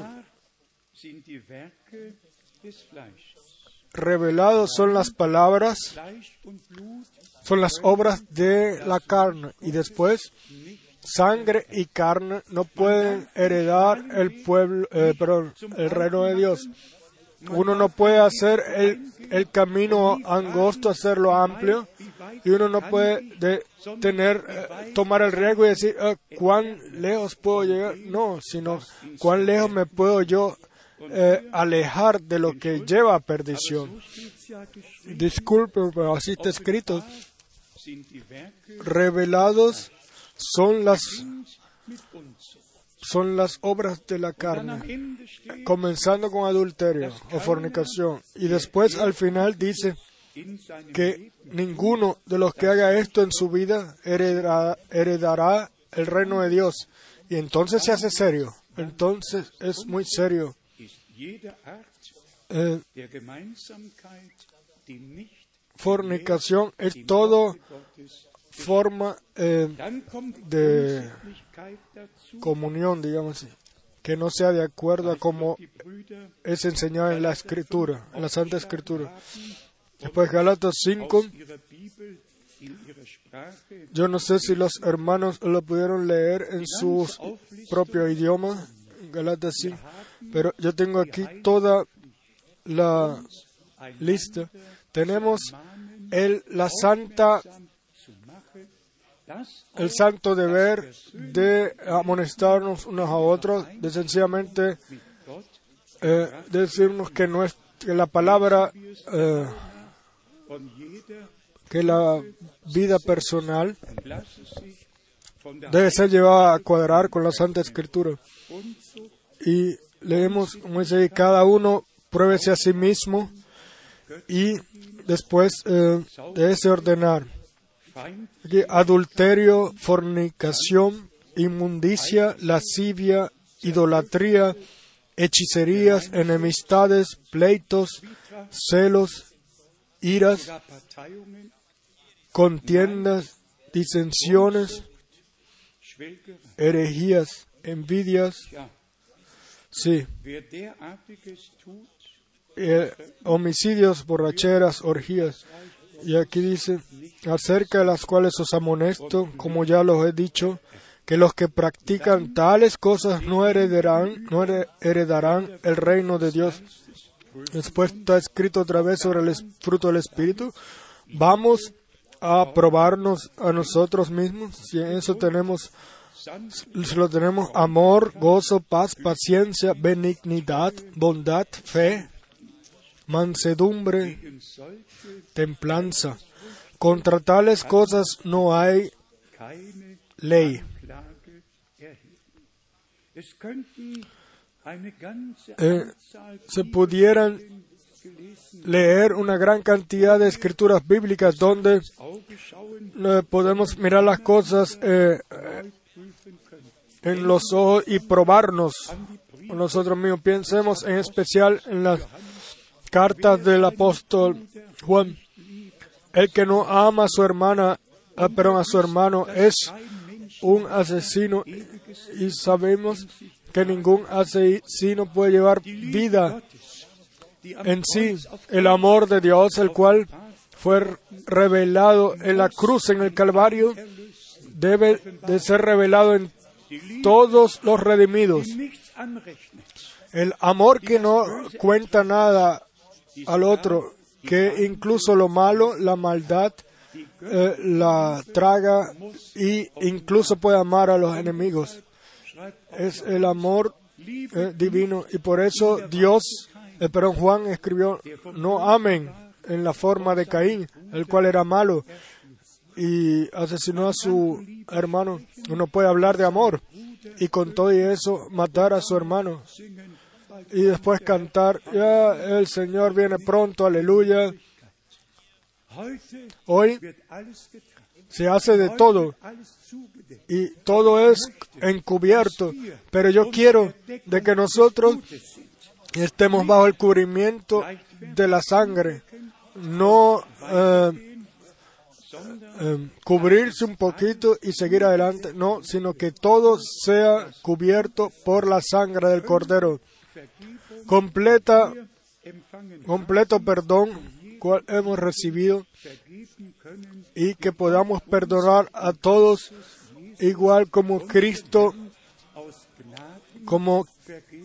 revelados son las palabras, son las obras de la carne. Y después, sangre y carne no pueden heredar el pueblo, eh, perdón, el reino de Dios. Uno no puede hacer el, el camino angosto, hacerlo amplio, y uno no puede de, tener, eh, tomar el riesgo y decir, eh, ¿cuán lejos puedo llegar? No, sino, ¿cuán lejos me puedo yo eh, alejar de lo que lleva a perdición? Disculpe, pero así está escrito. Revelados son las son las obras de la carne, comenzando con adulterio o fornicación. Y después al final dice que ninguno de los que haga esto en su vida heredará, heredará el reino de Dios. Y entonces se hace serio, entonces es muy serio. Eh, fornicación es todo forma eh, de comunión, digamos así, que no sea de acuerdo a como es enseñado en la Escritura, en la Santa Escritura. Después Gálatas cinco, yo no sé si los hermanos lo pudieron leer en su propio idioma, Gálatas cinco, pero yo tengo aquí toda la lista. Tenemos el, la santa el santo deber de amonestarnos unos a otros, de sencillamente eh, decirnos que, no es, que la palabra, eh, que la vida personal debe ser llevada a cuadrar con la Santa Escritura. Y leemos, como dice, cada uno pruébese a sí mismo y después eh, debe ordenar. Aquí, adulterio, fornicación, inmundicia, lascivia, idolatría, hechicerías, enemistades, pleitos, celos, iras, contiendas, disensiones, herejías, envidias, sí, eh, homicidios, borracheras, orgías. Y aquí dice, acerca de las cuales os amonesto, como ya los he dicho, que los que practican tales cosas no heredarán, no heredarán el reino de Dios. Después está escrito otra vez sobre el fruto del Espíritu. Vamos a probarnos a nosotros mismos, si en eso tenemos, si lo tenemos, amor, gozo, paz, paciencia, benignidad, bondad, fe, mansedumbre, templanza. Contra tales cosas no hay ley. Eh, se pudieran leer una gran cantidad de escrituras bíblicas donde eh, podemos mirar las cosas eh, en los ojos y probarnos nosotros mismos. Pensemos en especial en las cartas del apóstol Juan. El que no ama a su hermana, ah, perdón, a su hermano es un asesino, y sabemos que ningún asesino puede llevar vida en sí. El amor de Dios, el cual fue revelado en la cruz, en el Calvario, debe de ser revelado en todos los redimidos. El amor que no cuenta nada al otro, que incluso lo malo, la maldad, eh, la traga y incluso puede amar a los enemigos. Es el amor eh, divino, y por eso Dios, eh, perdón, Juan escribió, no amen en la forma de Caín, el cual era malo y asesinó a su hermano. Uno puede hablar de amor y con todo y eso matar a su hermano. Y después cantar, ya el Señor viene pronto, aleluya. Hoy se hace de todo y todo es encubierto, pero yo quiero de que nosotros estemos bajo el cubrimiento de la sangre, no eh, eh, cubrirse un poquito y seguir adelante, no, sino que todo sea cubierto por la sangre del Cordero. Completa, completo perdón, cual hemos recibido, y que podamos perdonar a todos igual como Cristo, como,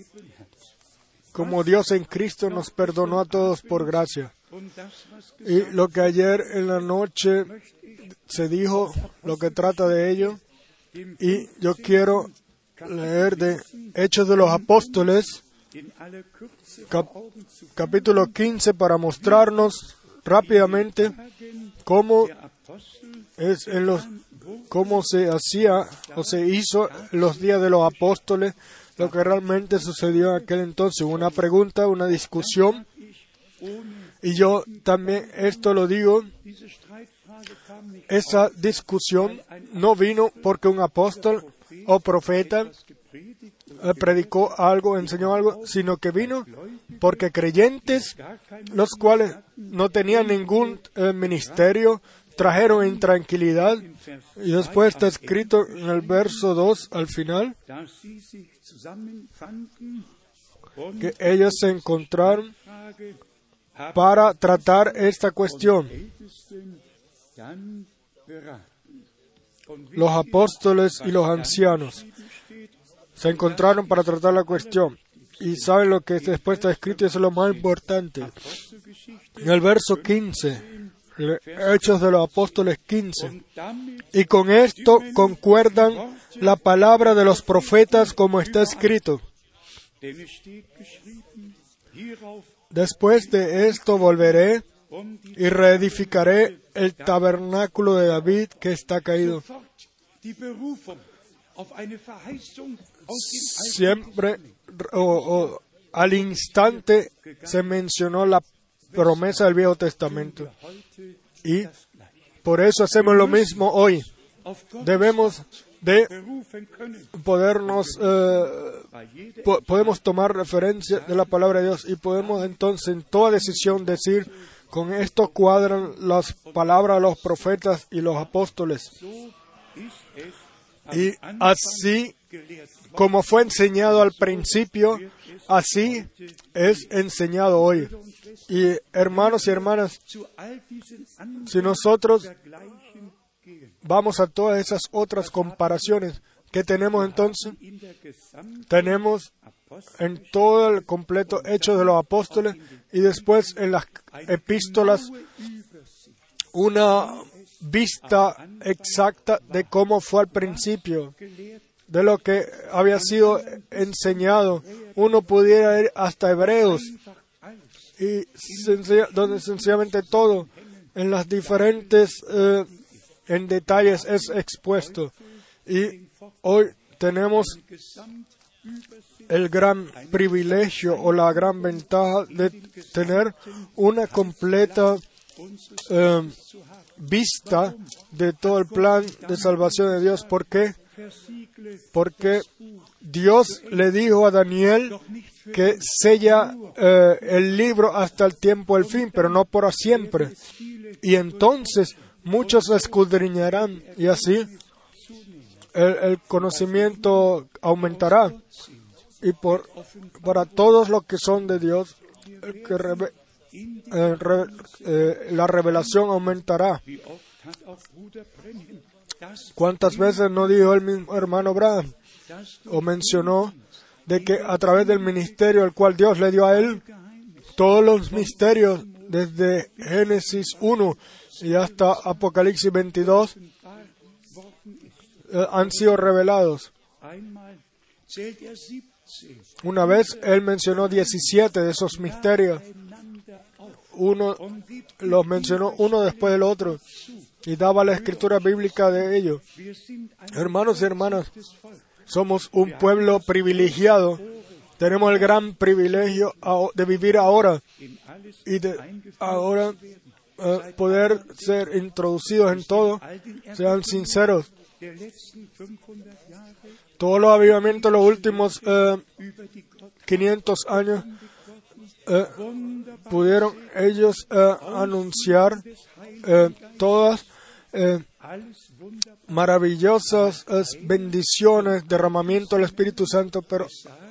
como Dios en Cristo nos perdonó a todos por gracia. Y lo que ayer en la noche se dijo, lo que trata de ello, y yo quiero leer de Hechos de los Apóstoles, cap- capítulo quince, para mostrarnos rápidamente cómo es en los cómo se hacía o se hizo en los días de los apóstoles, lo que realmente sucedió en aquel entonces. Una pregunta, una discusión, y yo también esto lo digo, esa discusión no vino porque un apóstol o profeta eh, predicó algo, enseñó algo, sino que vino porque creyentes, los cuales no tenían ningún eh, ministerio, trajeron intranquilidad, y después está escrito en el verso dos al final, que ellos se encontraron para tratar esta cuestión. Los apóstoles y los ancianos se encontraron para tratar la cuestión. Y saben lo que después está escrito, y eso es lo más importante. En el verso quince, Hechos de los Apóstoles quince. Y con esto concuerdan la palabra de los profetas como está escrito. Después de esto volveré y reedificaré el tabernáculo de David que está caído. Siempre o, o al instante se mencionó la promesa del Viejo Testamento. Y por eso hacemos lo mismo hoy. Debemos de podernos, eh, po- podemos tomar referencia de la palabra de Dios, y podemos entonces en toda decisión decir, con esto cuadran las palabras de los profetas y los apóstoles. Y así como fue enseñado al principio, así es enseñado hoy. Y hermanos y hermanas, si nosotros vamos a todas esas otras comparaciones que tenemos entonces, tenemos en todo el completo Hecho de los Apóstoles y después en las epístolas una vista exacta de cómo fue al principio, de lo que había sido enseñado. Uno pudiera ir hasta Hebreos, y sencilla, donde sencillamente todo en las diferentes eh, en detalles es expuesto. Y hoy tenemos el gran privilegio o la gran ventaja de tener una completa eh, vista de todo el plan de salvación de Dios. ¿Por qué? Porque Dios le dijo a Daniel que sella eh, el libro hasta el tiempo del fin, pero no por siempre. Y entonces muchos escudriñarán, y así el, el conocimiento aumentará. Y por para todos los que son de Dios, el que reve, eh, re, eh, la revelación aumentará. ¿Cuántas veces no dijo el mismo hermano Branham o mencionó de que a través del ministerio el cual Dios le dio a él, todos los misterios desde Génesis uno y hasta Apocalipsis veintidós eh, han sido revelados? Una vez él mencionó diecisiete de esos misterios. Uno los mencionó uno después del otro y daba la escritura bíblica de ellos. Hermanos y hermanas, somos un pueblo privilegiado. Tenemos el gran privilegio de vivir ahora y de ahora eh, poder ser introducidos en todo. Sean sinceros. Todos los avivamientos de los últimos eh, quinientos años eh, pudieron ellos eh, anunciar eh, todas eh, maravillosas eh, bendiciones, derramamiento del Espíritu Santo, pero,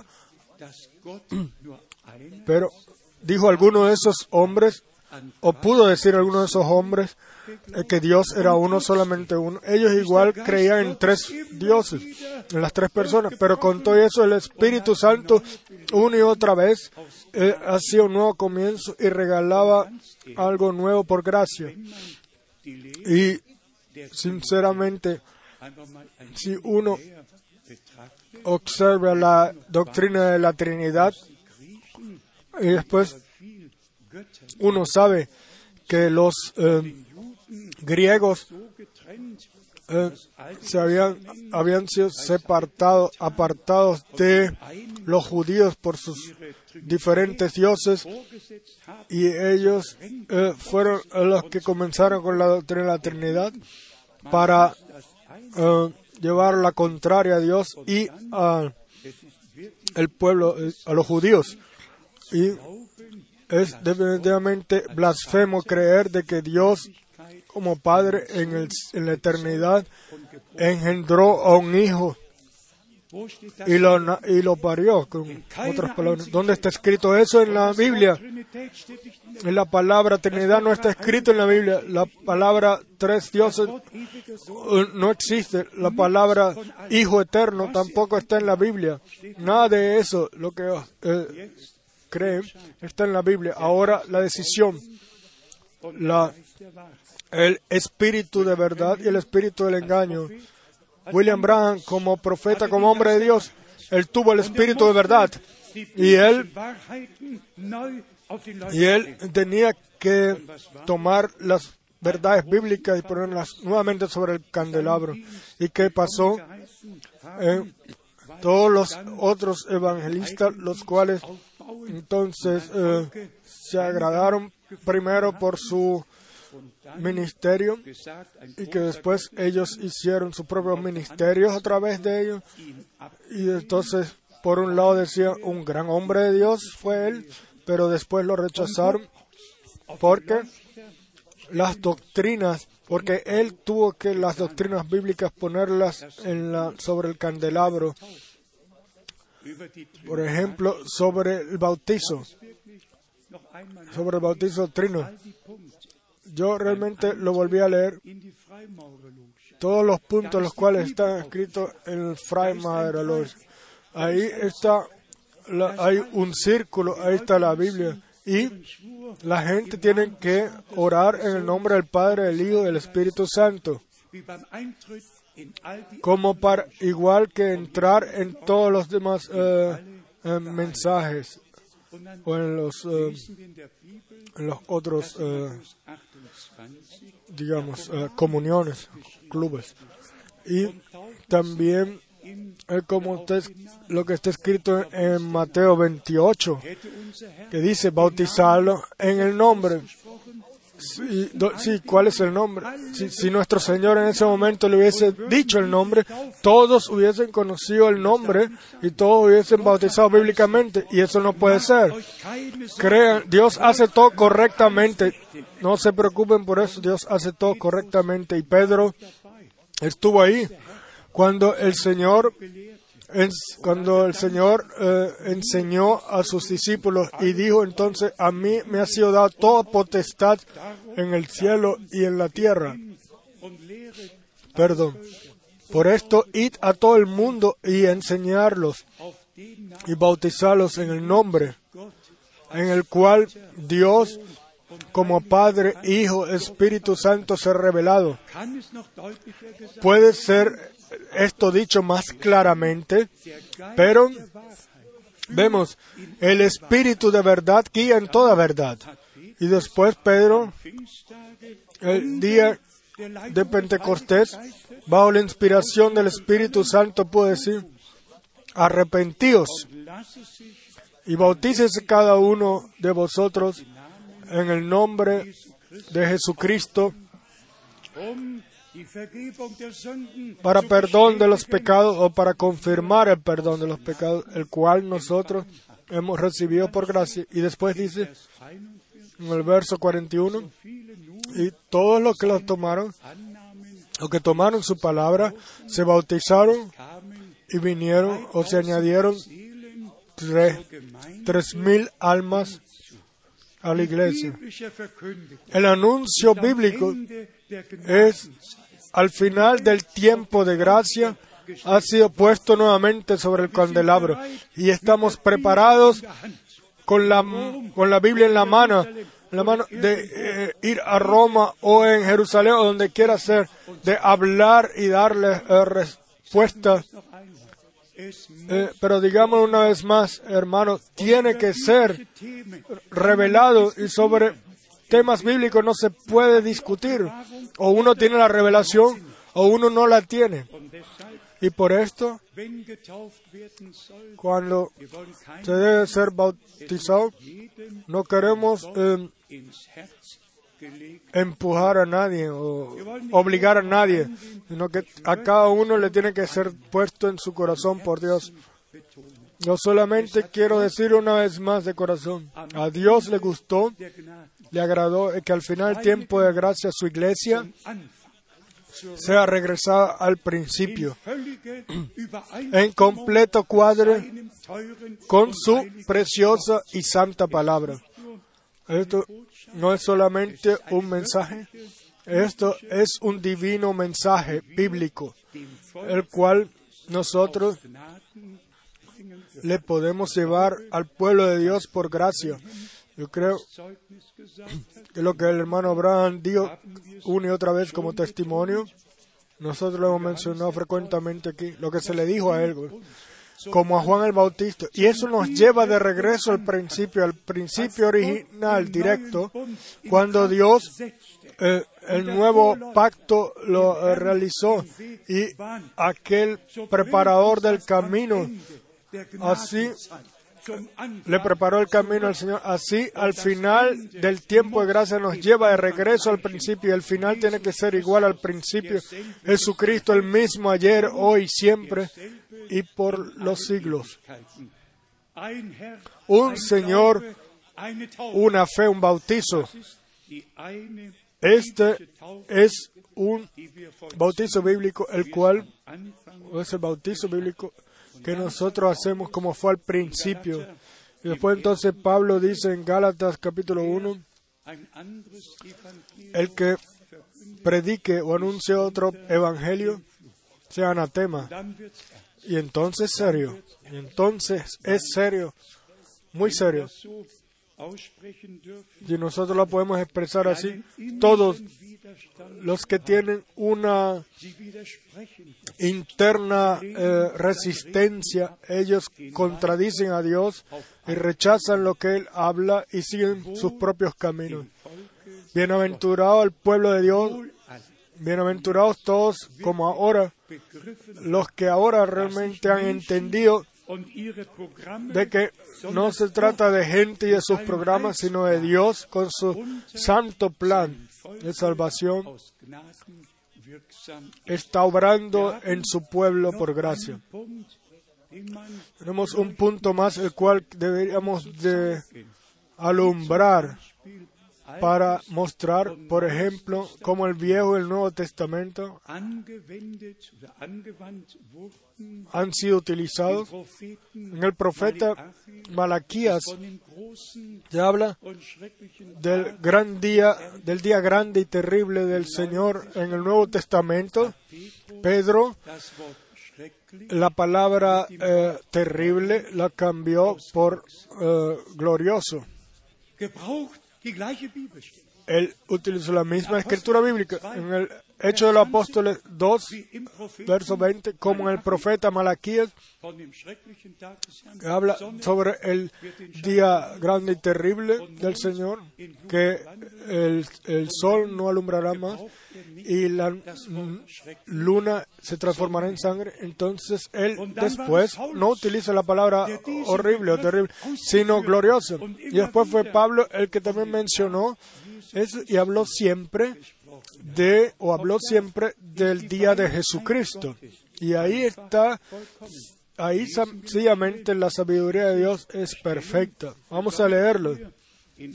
pero dijo alguno de esos hombres, o pudo decir alguno de esos hombres, eh, que Dios era uno, solamente uno. Ellos igual creían en tres dioses, en las tres personas, pero con todo eso el Espíritu Santo una y otra vez eh, hacía un nuevo comienzo y regalaba algo nuevo por gracia. Y sinceramente, si uno observa la doctrina de la Trinidad y después uno sabe que los eh, griegos eh, se habían, habían sido separados, apartados de los judíos por sus diferentes dioses, y ellos eh, fueron los que comenzaron con la doctrina de la Trinidad para eh, llevar la contraria a Dios y a el pueblo, a los judíos. Y es definitivamente blasfemo creer de que Dios, como Padre en, el, en la eternidad, engendró a un hijo y lo, y lo parió, con otras palabras. ¿Dónde está escrito eso en la Biblia? En la palabra Trinidad no está escrito en la Biblia. La palabra tres dioses no existe. La palabra Hijo Eterno tampoco está en la Biblia. Nada de eso, lo que eh, creen, está en la Biblia. Ahora la decisión, la, el espíritu de verdad y el espíritu del engaño. William Branham, como profeta, como hombre de Dios, él tuvo el espíritu de verdad y él, y él tenía que tomar las verdades bíblicas y ponerlas nuevamente sobre el candelabro. ¿Y qué pasó? Eh, todos los otros evangelistas, los cuales entonces eh, se agradaron primero por su ministerio y que después ellos hicieron sus propios ministerios a través de ellos, y entonces por un lado decían un gran hombre de Dios fue él, pero después lo rechazaron porque las doctrinas, porque él tuvo que las doctrinas bíblicas ponerlas en la, sobre el candelabro. Por ejemplo, sobre el bautizo, sobre el bautizo trino. Yo realmente lo volví a leer, todos los puntos los cuales están escritos en el Freimaurerlose. Ahí está, la, hay un círculo, ahí está la Biblia. Y la gente tiene que orar en el nombre del Padre, del Hijo y del Espíritu Santo. Como para, igual que entrar en todos los demás eh, eh, mensajes o en los, eh, en los otros, eh, digamos, eh, comuniones, clubes. Y también, eh, como usted, lo que está escrito en Mateo veintiocho, que dice, bautizarlo en el nombre. Sí, do, sí, ¿cuál es el nombre? Si, si nuestro Señor en ese momento le hubiese dicho el nombre, todos hubiesen conocido el nombre y todos hubiesen bautizado bíblicamente, y eso no puede ser. Crean, Dios hace todo correctamente. No se preocupen por eso, Dios hace todo correctamente. Y Pedro estuvo ahí cuando el Señor cuando el Señor eh, enseñó a sus discípulos y dijo entonces, a mí me ha sido dada toda potestad en el cielo y en la tierra. Perdón. Por esto, id a todo el mundo y enseñarlos y bautizarlos en el nombre en el cual Dios, como Padre, Hijo, Espíritu Santo, se ha revelado. Puede ser esto dicho más claramente, pero vemos, el Espíritu de verdad guía en toda verdad. Y después Pedro, el día de Pentecostés, bajo la inspiración del Espíritu Santo, puede decir, arrepentíos y bautícese cada uno de vosotros en el nombre de Jesucristo para perdón de los pecados o para confirmar el perdón de los pecados, el cual nosotros hemos recibido por gracia. Y después dice en el verso cuarenta y uno, y todos los que lo tomaron los que tomaron su palabra, se bautizaron y vinieron o se añadieron tres, tres mil almas a la iglesia. El anuncio bíblico es al final del tiempo de gracia ha sido puesto nuevamente sobre el candelabro y estamos preparados con la, con la Biblia en la mano, en la mano de eh, ir a Roma o en Jerusalén o donde quiera ser, de hablar y darle eh, respuestas. Eh, pero digamos una vez más, hermanos, tiene que ser revelado y sobre temas bíblicos no se puede discutir. O uno tiene la revelación o uno no la tiene. Y por esto, cuando se debe ser bautizado, no queremos eh, empujar a nadie o obligar a nadie, sino que a cada uno le tiene que ser puesto en su corazón por Dios. Yo solamente quiero decir una vez más de corazón, a Dios le gustó, le agradó que al final del tiempo de gracia su iglesia sea regresada al principio, en completo cuadro con su preciosa y santa palabra. Esto no es solamente un mensaje, esto es un divino mensaje bíblico, el cual nosotros le podemos llevar al pueblo de Dios por gracia. Yo creo que lo que el hermano Abraham dijo una y otra vez como testimonio, nosotros lo hemos mencionado frecuentemente aquí, lo que se le dijo a él, como a Juan el Bautista. Y eso nos lleva de regreso al principio, al principio original, directo, cuando Dios eh, el nuevo pacto lo eh, realizó y aquel preparador del camino, así le preparó el camino al Señor. Así, al final del tiempo de gracia nos lleva de regreso al principio, y el final tiene que ser igual al principio. Jesucristo el mismo ayer, hoy, siempre y por los siglos. Un Señor, una fe, un bautizo. Este es un bautizo bíblico, el cual es el bautizo bíblico que nosotros hacemos como fue al principio. Y después entonces Pablo dice en Gálatas capítulo uno, el que predique o anuncie otro evangelio sea anatema. Y entonces serio, y entonces es serio, muy serio. Y nosotros lo podemos expresar así. Todos los que tienen una interna eh, resistencia, ellos contradicen a Dios y rechazan lo que Él habla y siguen sus propios caminos. Bienaventurado el pueblo de Dios, bienaventurados todos como ahora, los que ahora realmente han entendido de que no se trata de gente y de sus programas, sino de Dios con su santo plan de salvación. Está obrando en su pueblo por gracia. Tenemos un punto más, el cual deberíamos de alumbrar para mostrar, por ejemplo, cómo el Viejo y el Nuevo Testamento han sido utilizados. En el profeta Malaquías se habla del gran día, del día grande y terrible del Señor. En el Nuevo Testamento, Pedro, la palabra eh, terrible la cambió por eh, glorioso. Él utilizó la misma escritura bíblica en el Hechos de los Apóstoles dos, verso veinte, como en el profeta Malaquías, que habla sobre el día grande y terrible del Señor, que el, el sol no alumbrará más y la luna se transformará en sangre. Entonces él después no utiliza la palabra horrible o terrible, sino glorioso. Y después fue Pablo el que también mencionó eso y habló siempre de, o habló siempre del día de Jesucristo. Y ahí está, ahí sencillamente la sabiduría de Dios es perfecta. Vamos a leerlo.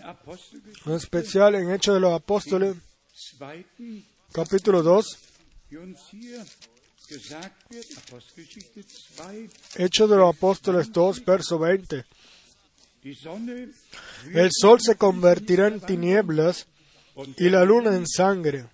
En especial en Hechos de los Apóstoles, capítulo dos. Hechos de los Apóstoles dos, verso veinte. El sol se convertirá en tinieblas y la luna en sangre,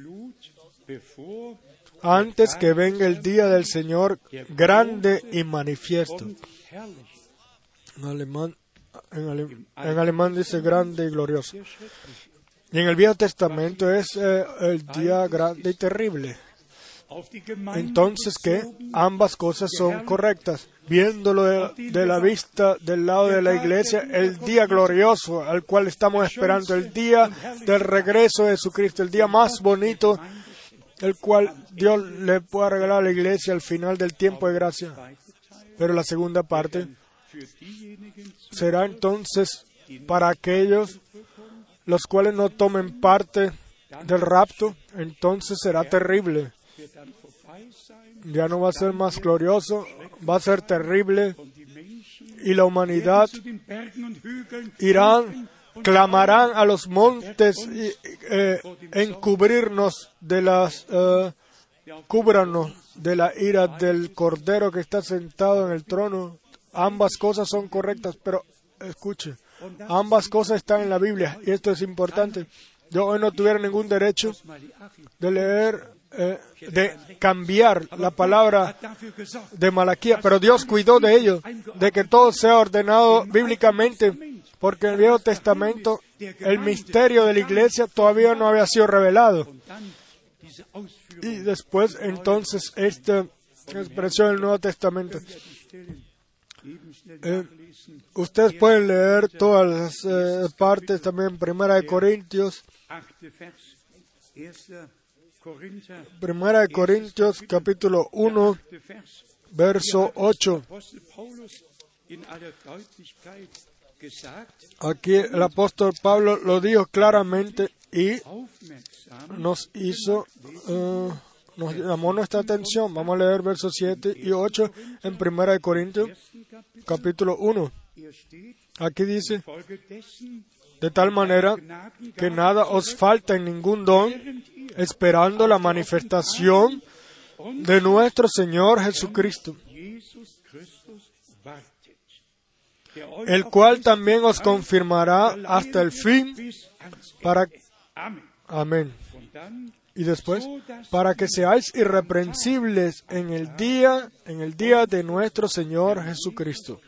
antes que venga el día del Señor grande y manifiesto. En alemán, en, ale, en alemán dice grande y glorioso. Y en el Viejo Testamento es eh, el día grande y terrible. Entonces, ¿qué? Ambas cosas son correctas. Viéndolo de, de la vista del lado de la iglesia, el día glorioso al cual estamos esperando, el día del regreso de Jesucristo, el día más bonito, el cual Dios le pueda regalar a la iglesia al final del tiempo de gracia. Pero la segunda parte será entonces para aquellos los cuales no tomen parte del rapto, entonces será terrible. Ya no va a ser más glorioso, va a ser terrible, y la humanidad irán, clamarán a los montes y eh, encubrirnos de las, eh, cúbranos de la ira del Cordero que está sentado en el trono. Ambas cosas son correctas, pero escuche, ambas cosas están en la Biblia, y esto es importante. Yo hoy no tuviera ningún derecho de leer, eh, de cambiar la palabra de Malaquías, pero Dios cuidó de ello, de que todo sea ordenado bíblicamente, porque en el Viejo Testamento el misterio de la iglesia todavía no había sido revelado. Y después, entonces, esta expresión del Nuevo Testamento. Eh, ustedes pueden leer todas las eh, partes también, Primera de Corintios, Primera de Corintios, capítulo uno, verso ocho. Aquí el apóstol Pablo lo dijo claramente y nos hizo, uh, nos llamó nuestra atención. Vamos a leer versos siete y ocho en Primera de Corintios, capítulo uno. Aquí dice: de tal manera que nada os falta en ningún don, esperando la manifestación de nuestro Señor Jesucristo, el cual también os confirmará hasta el fin, para... Amén. Y después, para que seáis irreprensibles en el día, en el día de nuestro Señor Jesucristo.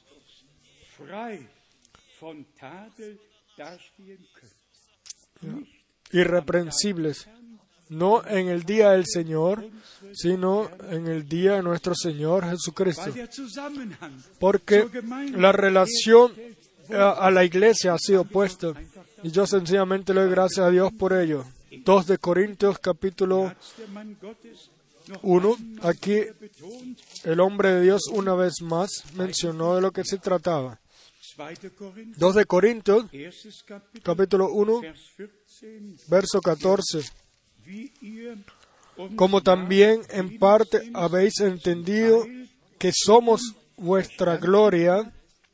Irreprensibles, no en el día del Señor, sino en el día de nuestro Señor Jesucristo. Porque la relación a, a la iglesia ha sido puesta, y yo sencillamente le doy gracias a Dios por ello. dos de Corintios, capítulo uno. Aquí el hombre de Dios una vez más mencionó de lo que se trataba. dos de Corintios, capítulo uno, verso catorce. Como también en parte habéis entendido que somos vuestra gloria,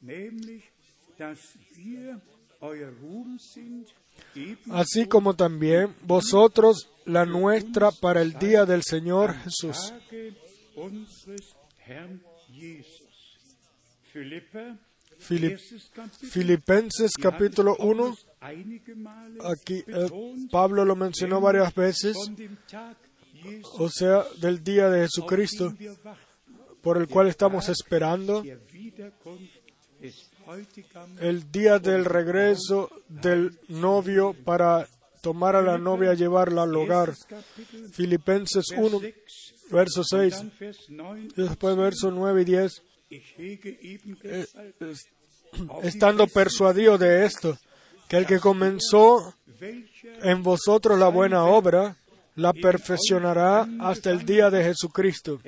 así como también vosotros la nuestra para el día del Señor Jesús. Filip, Filipenses capítulo uno, aquí eh, Pablo lo mencionó varias veces, o sea, del día de Jesucristo, por el cual estamos esperando, el día del regreso del novio para tomar a la novia y llevarla al hogar. Filipenses uno, verso seis, y después verso nueve y diez. Eh, estando persuadido de esto, que el que comenzó en vosotros la buena obra, la perfeccionará hasta el día de Jesucristo.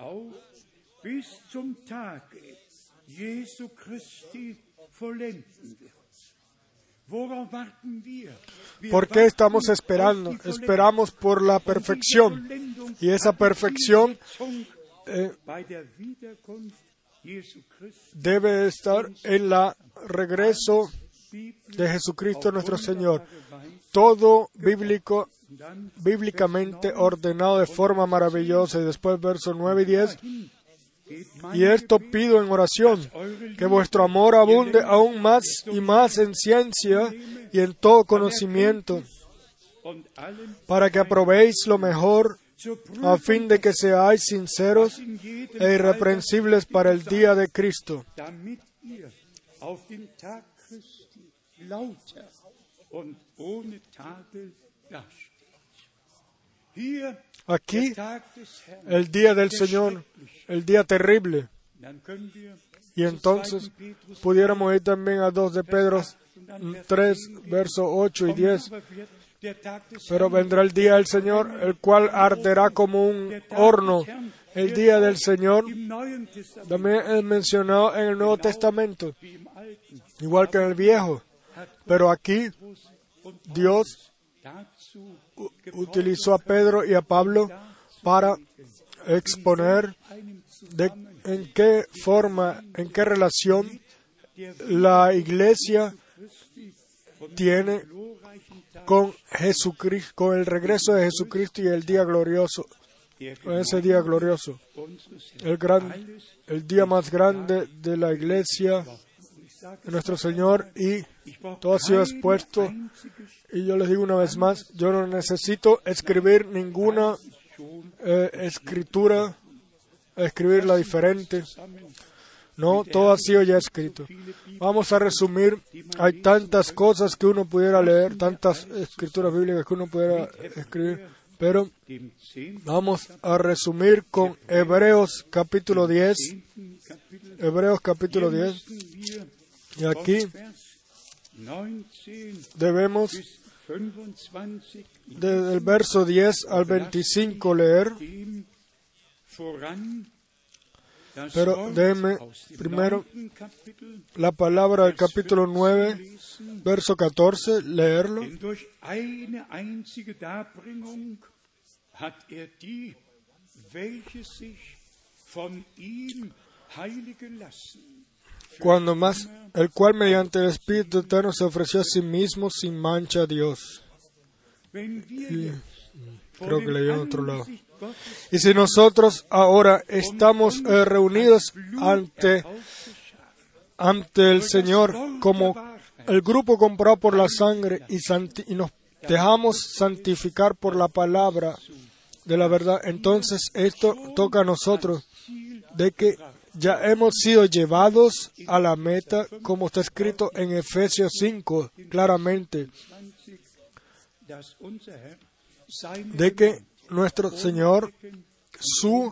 ¿Por qué estamos esperando? Esperamos por la perfección, y esa perfección eh, debe estar en la regreso de Jesucristo nuestro Señor, todo bíblico, bíblicamente ordenado de forma maravillosa. Y después versos nueve y diez. Y esto pido en oración, que vuestro amor abunde aún más y más en ciencia y en todo conocimiento, para que aprobéis lo mejor, a fin de que seáis sinceros e irreprensibles para el día de Cristo, aquí, el día del Señor, el día terrible. Y entonces pudiéramos ir también a dos de Pedro tres, versos ocho y diez. Pero vendrá el día del Señor, el cual arderá como un horno. El día del Señor también es mencionado en el Nuevo Testamento, igual que en el Viejo. Pero aquí Dios utilizó a Pedro y a Pablo para exponer de en qué forma, en qué relación la Iglesia tiene con Jesucristo, con el regreso de Jesucristo y el día glorioso, con ese día glorioso, el gran, el día más grande de la Iglesia, de nuestro Señor, y todo ha sido expuesto. Y yo les digo una vez más, yo no necesito escribir ninguna eh, escritura, escribirla diferente. No, todo ha sido ya escrito. Vamos a resumir. Hay tantas cosas que uno pudiera leer, tantas escrituras bíblicas que uno pudiera escribir, pero vamos a resumir con Hebreos capítulo diez. Hebreos capítulo diez. Y aquí debemos desde el verso diez al veinticinco leer. Pero déjenme primero la palabra del capítulo nueve, verso catorce, leerlo. Cuando más, el cual mediante el Espíritu Eterno se ofreció a sí mismo sin mancha a Dios. Y, creo que leí en otro lado. Y si nosotros ahora estamos eh, reunidos ante, ante el Señor como el grupo comprado por la sangre y, santi- y nos dejamos santificar por la palabra de la verdad, entonces esto toca a nosotros, de que ya hemos sido llevados a la meta, como está escrito en Efesios cinco, claramente, de que nuestro Señor, su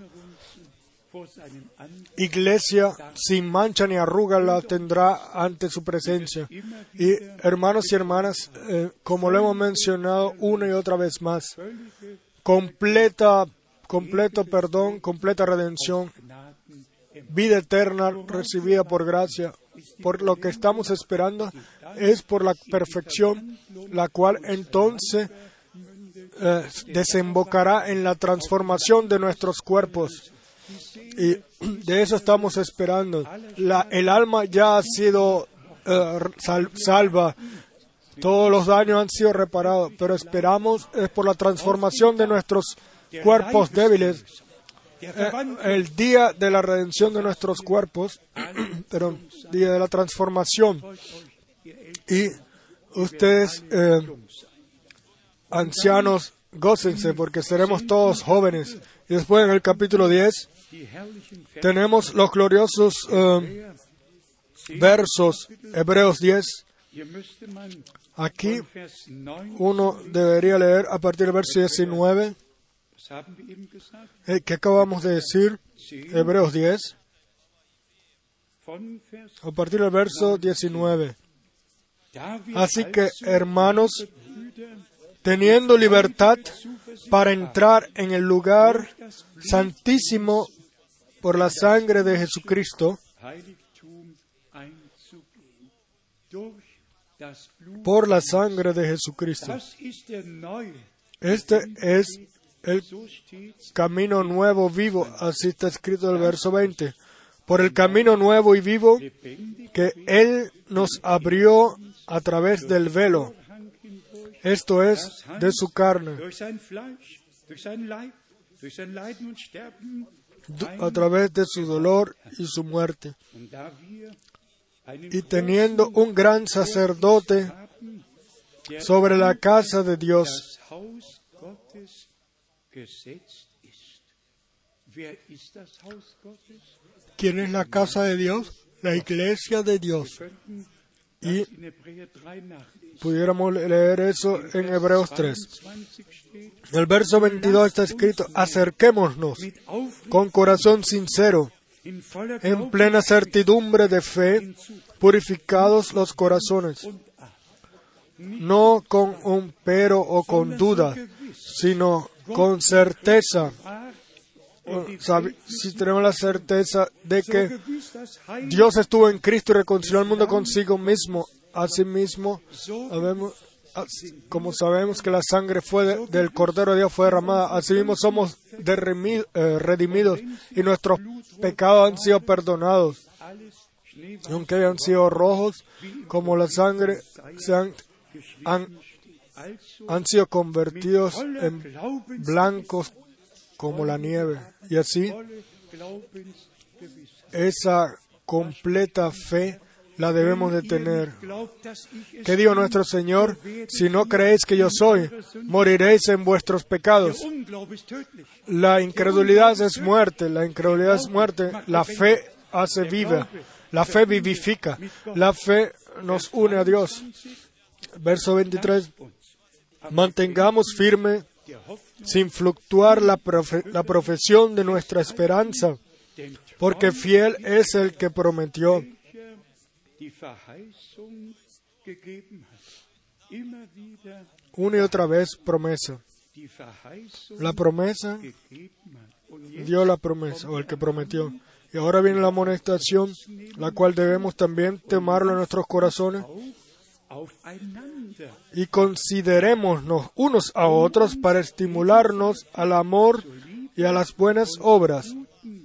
iglesia sin mancha ni arruga la tendrá ante su presencia. Y hermanos y hermanas, eh, como lo hemos mencionado una y otra vez más, completa, completo perdón, completa redención, vida eterna recibida por gracia. Por lo que estamos esperando es por la perfección, la cual entonces Eh, desembocará en la transformación de nuestros cuerpos. Y de eso estamos esperando. La, el alma ya ha sido eh, sal, salva. Todos los daños han sido reparados. Pero esperamos es por la transformación de nuestros cuerpos débiles. Eh, el día de la redención de nuestros cuerpos, pero día de la transformación. Y ustedes... Eh, ancianos, gócense, porque seremos todos jóvenes. Y después en el capítulo diez tenemos los gloriosos uh, versos, Hebreos diez. Aquí uno debería leer a partir del verso diecinueve. Eh, ¿Qué acabamos de decir? Hebreos diez. A partir del verso diecinueve. Así que, hermanos, teniendo libertad para entrar en el lugar santísimo por la sangre de Jesucristo, por la sangre de Jesucristo. Este es el camino nuevo, vivo, así está escrito en el verso veinte. Por el camino nuevo y vivo que Él nos abrió a través del velo, esto es, de su carne, a través de su dolor y su muerte. Y teniendo un gran sacerdote sobre la casa de Dios. ¿Quién es la casa de Dios? La iglesia de Dios. Y pudiéramos leer eso en Hebreos tres. En el verso veintidós está escrito: acerquémonos con corazón sincero, en plena certidumbre de fe, purificados los corazones, no con un pero o con duda, sino con certeza. Si tenemos la certeza de que Dios estuvo en Cristo y reconcilió al mundo consigo mismo, asimismo, sabemos, como sabemos que la sangre fue de, del Cordero de Dios fue derramada, asimismo somos derremido, eh, redimidos y nuestros pecados han sido perdonados. Y aunque hayan sido rojos como la sangre, se han, han, han sido convertidos en blancos como la nieve. Y así, esa completa fe la debemos de tener. ¿Qué dijo nuestro Señor? Si no creéis que yo soy, moriréis en vuestros pecados. La incredulidad es muerte, la incredulidad es muerte. La fe hace viva, la fe vivifica, la fe nos une a Dios. Verso veintitrés. Mantengamos firme, sin fluctuar la, profe- la profesión de nuestra esperanza, porque fiel es el que prometió. Una y otra vez promesa. La promesa, dio la promesa, o el que prometió. Y ahora viene la amonestación, la cual debemos también tomarlo en nuestros corazones. Y considerémonos unos a otros para estimularnos al amor y a las buenas obras.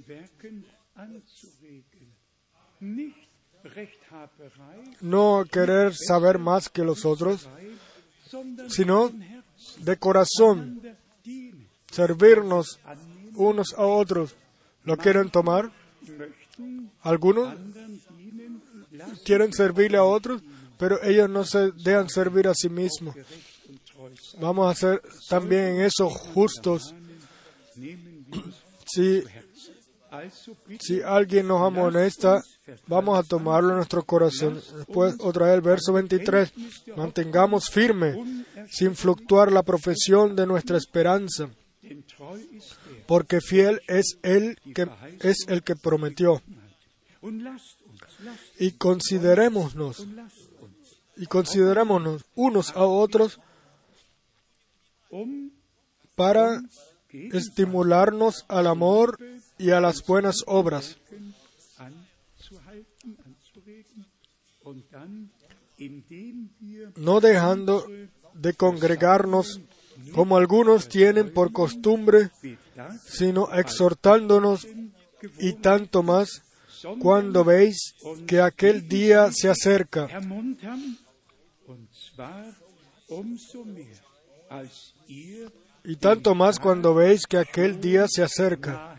No querer saber más que los otros, sino de corazón servirnos unos a otros. ¿Lo quieren tomar? Algunos quieren servirle a otros, pero ellos no se dejan servir a sí mismos. Vamos a ser también en eso justos. Si, si alguien nos amonesta, vamos a tomarlo en nuestro corazón. Después, otra vez, el verso veintitrés. Mantengamos firme, sin fluctuar la profesión de nuestra esperanza, porque fiel es Él que es el que prometió. Y considerémonos, y considerémonos unos a otros para estimularnos al amor y a las buenas obras. No dejando de congregarnos como algunos tienen por costumbre, sino exhortándonos, y tanto más cuando veis que aquel día se acerca. Y tanto más cuando veis que aquel día se acerca.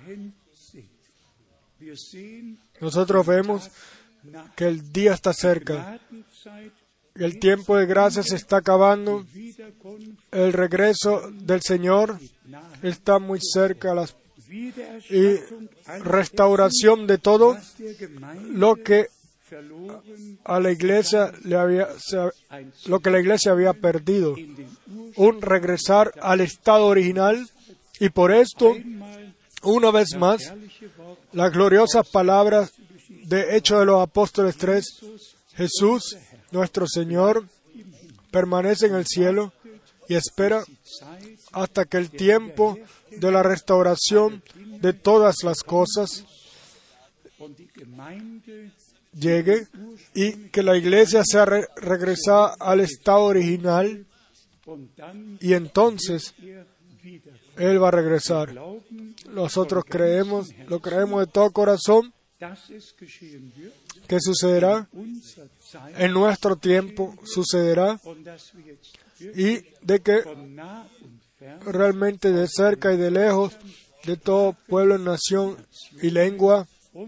Nosotros vemos que el día está cerca. El tiempo de gracia se está acabando. El regreso del Señor está muy cerca. Las, y restauración de todo lo que a la iglesia le había, lo que la iglesia había perdido. Un regresar al estado original. Y por esto, una vez más, las gloriosas palabras de Hechos de los Apóstoles tres, Jesús, nuestro Señor, permanece en el cielo y espera hasta que el tiempo de la restauración de todas las cosas llegue y que la iglesia sea re- regresada al estado original, y entonces Él va a regresar. Nosotros creemos, lo creemos de todo corazón que sucederá en nuestro tiempo, sucederá, y de que realmente de cerca y de lejos, de todo pueblo, nación y lengua,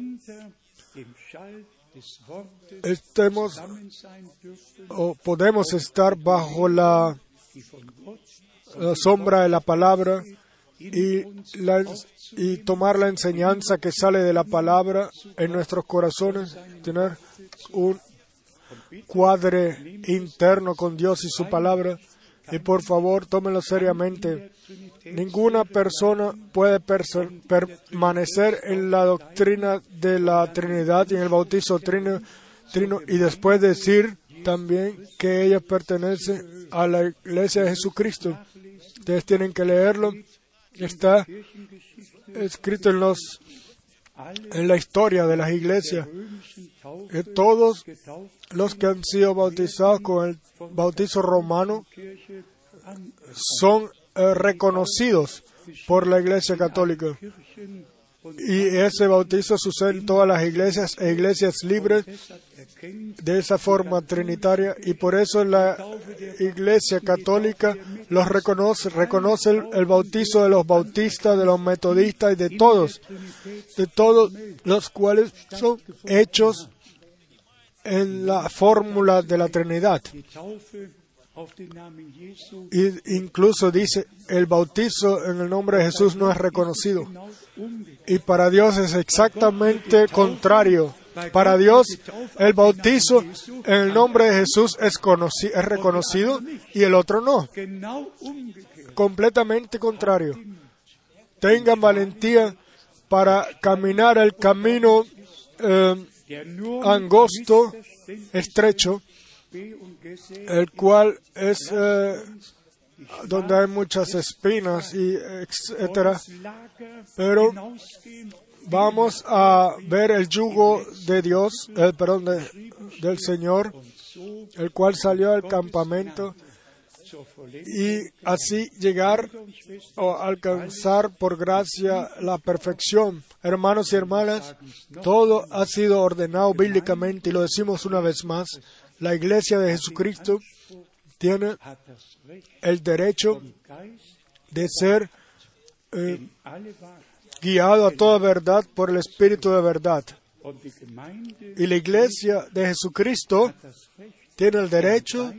estemos o podemos estar bajo la, la sombra de la palabra y, la, y tomar la enseñanza que sale de la palabra en nuestros corazones, tener un cuadre interno con Dios y su palabra. Y por favor, tómenlo seriamente. Ninguna persona puede perso- permanecer en la doctrina de la Trinidad y en el bautizo trino, trino y después decir también que ella pertenece a la Iglesia de Jesucristo. Ustedes tienen que leerlo. Está escrito en los en la historia de las iglesias, que todos los que han sido bautizados con el bautizo romano son eh, reconocidos por la Iglesia Católica. Y ese bautizo sucede en todas las iglesias e iglesias libres de esa forma trinitaria, y por eso la Iglesia Católica los reconoce, reconoce el, el bautizo de los bautistas, de los metodistas y de todos, de todos los cuales son hechos en la fórmula de la Trinidad. Y incluso dice, el bautizo en el nombre de Jesús no es reconocido. Y para Dios es exactamente contrario. Para Dios, el bautizo en el nombre de Jesús es, conoci- es reconocido y el otro no. Completamente contrario. Tengan valentía para caminar el camino eh, angosto, estrecho, el cual es eh, donde hay muchas espinas y etcétera. Pero vamos a ver el yugo de Dios, eh, perdón, de, del Señor, el cual salió al campamento, y así llegar o alcanzar por gracia la perfección. Hermanos y hermanas, todo ha sido ordenado bíblicamente, y lo decimos una vez más. La Iglesia de Jesucristo tiene el derecho de ser eh, guiado a toda verdad por el Espíritu de verdad. Y la Iglesia de Jesucristo tiene el derecho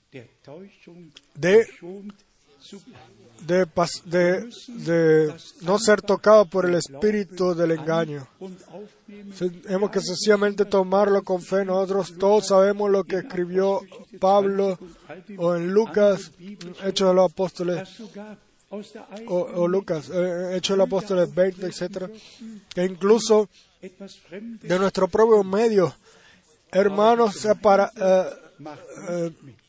de, de, de, de no ser tocado por el espíritu del engaño. Tenemos que sencillamente tomarlo con fe. Nosotros todos sabemos lo que escribió Pablo o en Lucas, Hechos de los Apóstoles, o, o Lucas, eh, Hechos de los Apóstoles veinte, etcétera, que incluso de nuestro propio medio, hermanos, separa, eh, eh,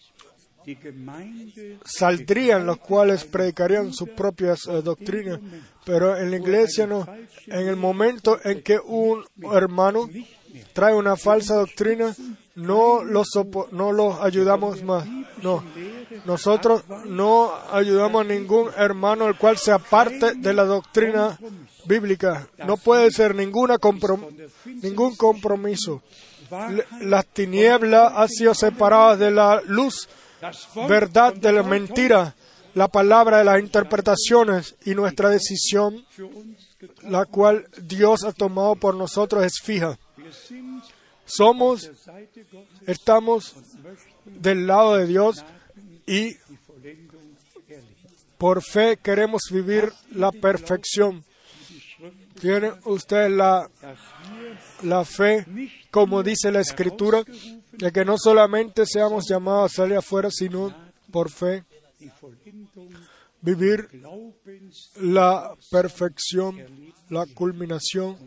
saldrían los cuales predicarían sus propias eh, doctrinas, pero en la iglesia no. En el momento en que un hermano trae una falsa doctrina, no los, sopo- no los ayudamos más. No, nosotros no ayudamos a ningún hermano el cual se aparte de la doctrina bíblica. No puede ser ninguna comprom- ningún compromiso. Las tinieblas han sido separadas de la luz, verdad de la mentira, la palabra de las interpretaciones, y nuestra decisión, la cual Dios ha tomado por nosotros, es fija. Somos, estamos del lado de Dios y por fe queremos vivir la perfección. ¿Tiene usted la, la fe, como dice la Escritura, de que no solamente seamos llamados a salir afuera, sino por fe vivir la perfección, la culminación,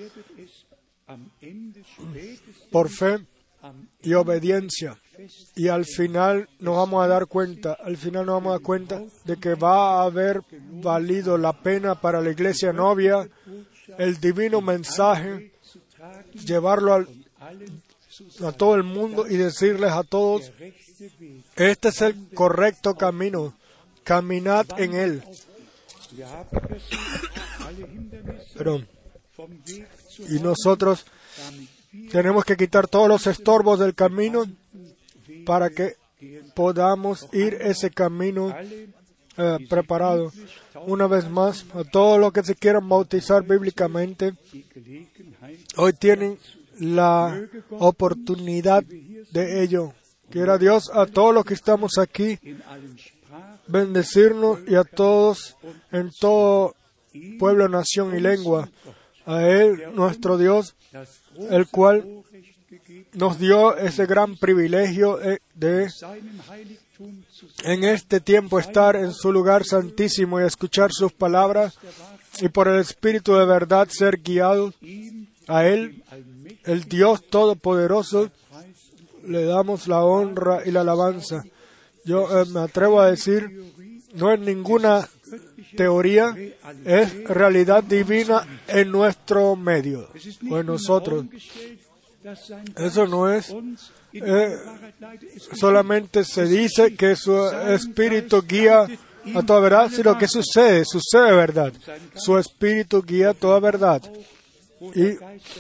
por fe y obediencia? Y al final nos vamos a dar cuenta, al final nos vamos a dar cuenta de que va a haber valido la pena para la iglesia novia el divino mensaje, llevarlo al, a todo el mundo y decirles a todos, este es el correcto camino, caminad en él. Pero Y nosotros tenemos que quitar todos los estorbos del camino para que podamos ir ese camino eh, preparado. Una vez más, a todos los que se quieran bautizar bíblicamente, hoy tienen la oportunidad de ello. Quiera Dios a todos los que estamos aquí bendecirnos y a todos en todo pueblo, nación y lengua. A Él, nuestro Dios, el cual nos dio ese gran privilegio de en este tiempo estar en su lugar santísimo y escuchar sus palabras y por el Espíritu de verdad ser guiados. A Él, el Dios Todopoderoso, le damos la honra y la alabanza. Yo eh, me atrevo a decir, no es ninguna teoría, es realidad divina en nuestro medio, o en nosotros. Eso no es, eh, solamente se dice que su Espíritu guía a toda verdad, sino que sucede, sucede verdad. Su Espíritu guía a toda verdad. Y,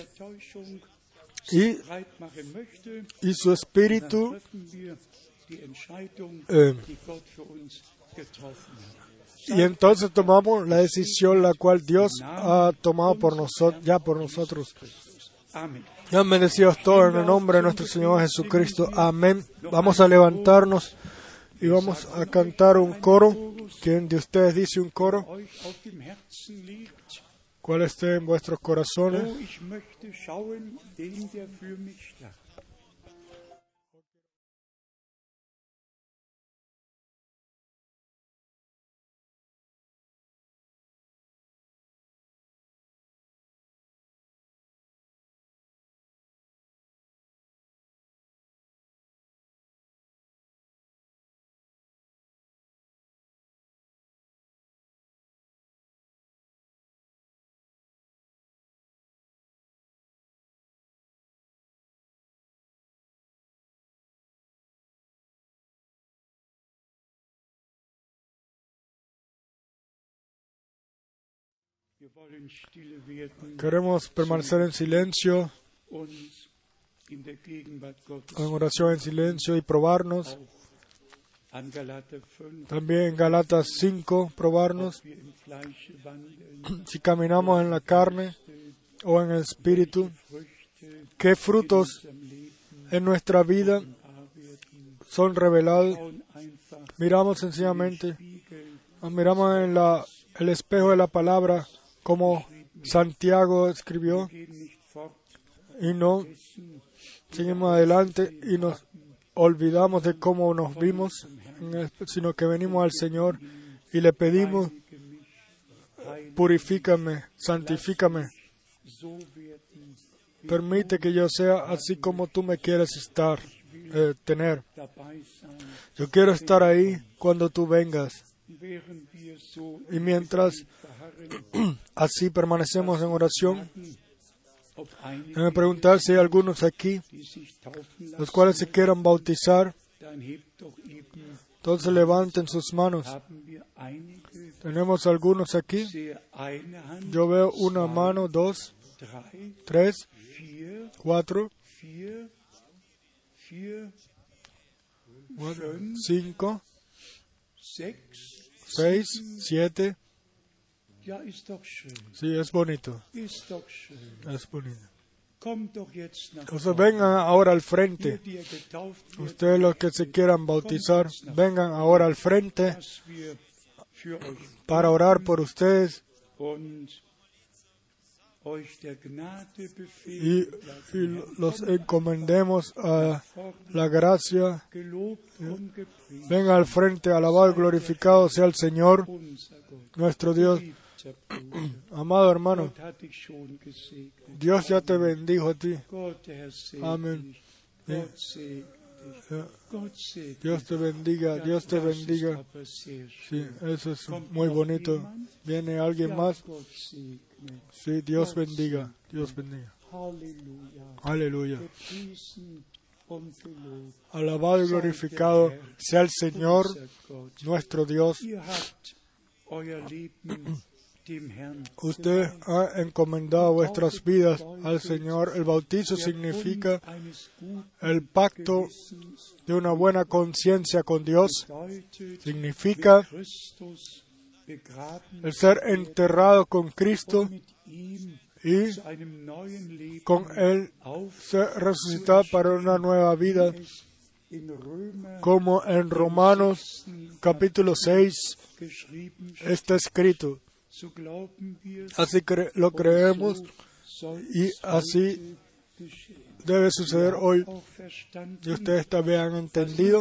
y, y su Espíritu eh, y entonces tomamos la decisión la cual Dios ha tomado por nosotros, ya por nosotros. Dios bendecidos todos en el nombre de nuestro Señor Jesucristo. Amén. Vamos a levantarnos y vamos a cantar un coro. ¿Quién de ustedes dice un coro? ¿Cuál esté en vuestros corazones? Queremos permanecer en silencio, en oración en silencio y probarnos. También en Galatas cinco, probarnos si caminamos en la carne o en el Espíritu, qué frutos en nuestra vida son revelados. Miramos sencillamente, miramos en la, el espejo de la palabra, como Santiago escribió, y no seguimos adelante y nos olvidamos de cómo nos vimos, sino que venimos al Señor y le pedimos, purifícame, santifícame, permite que yo sea así como tú me quieres estar, eh, tener. Yo quiero estar ahí cuando tú vengas. Y mientras así permanecemos en oración, déjame preguntar si hay algunos aquí, los cuales se quieran bautizar. Entonces levanten sus manos. ¿Tenemos algunos aquí? Yo veo una mano, dos, tres, cuatro, cinco, seis, siete. Sí, es bonito. Es bonito. Entonces vengan ahora al frente. Ustedes los que se quieran bautizar, vengan ahora al frente para orar por ustedes. Y, y los encomendemos a la gracia. Vengan al frente, alabado y glorificado sea el Señor, nuestro Dios. Amado hermano, Dios ya te bendijo a ti. Amén. Sí. Dios te bendiga, Dios te bendiga. Sí, eso es muy bonito. ¿Viene alguien más? Sí, Dios bendiga, Dios bendiga. Aleluya. Alabado y glorificado sea el Señor, nuestro Dios. usted ha encomendado vuestras vidas al Señor. El bautizo significa el pacto de una buena conciencia con Dios. Significa el ser enterrado con Cristo y con Él ser resucitado para una nueva vida, como en Romanos capítulo seis está escrito. Así cre- lo creemos y así debe suceder hoy. Y ustedes también han entendido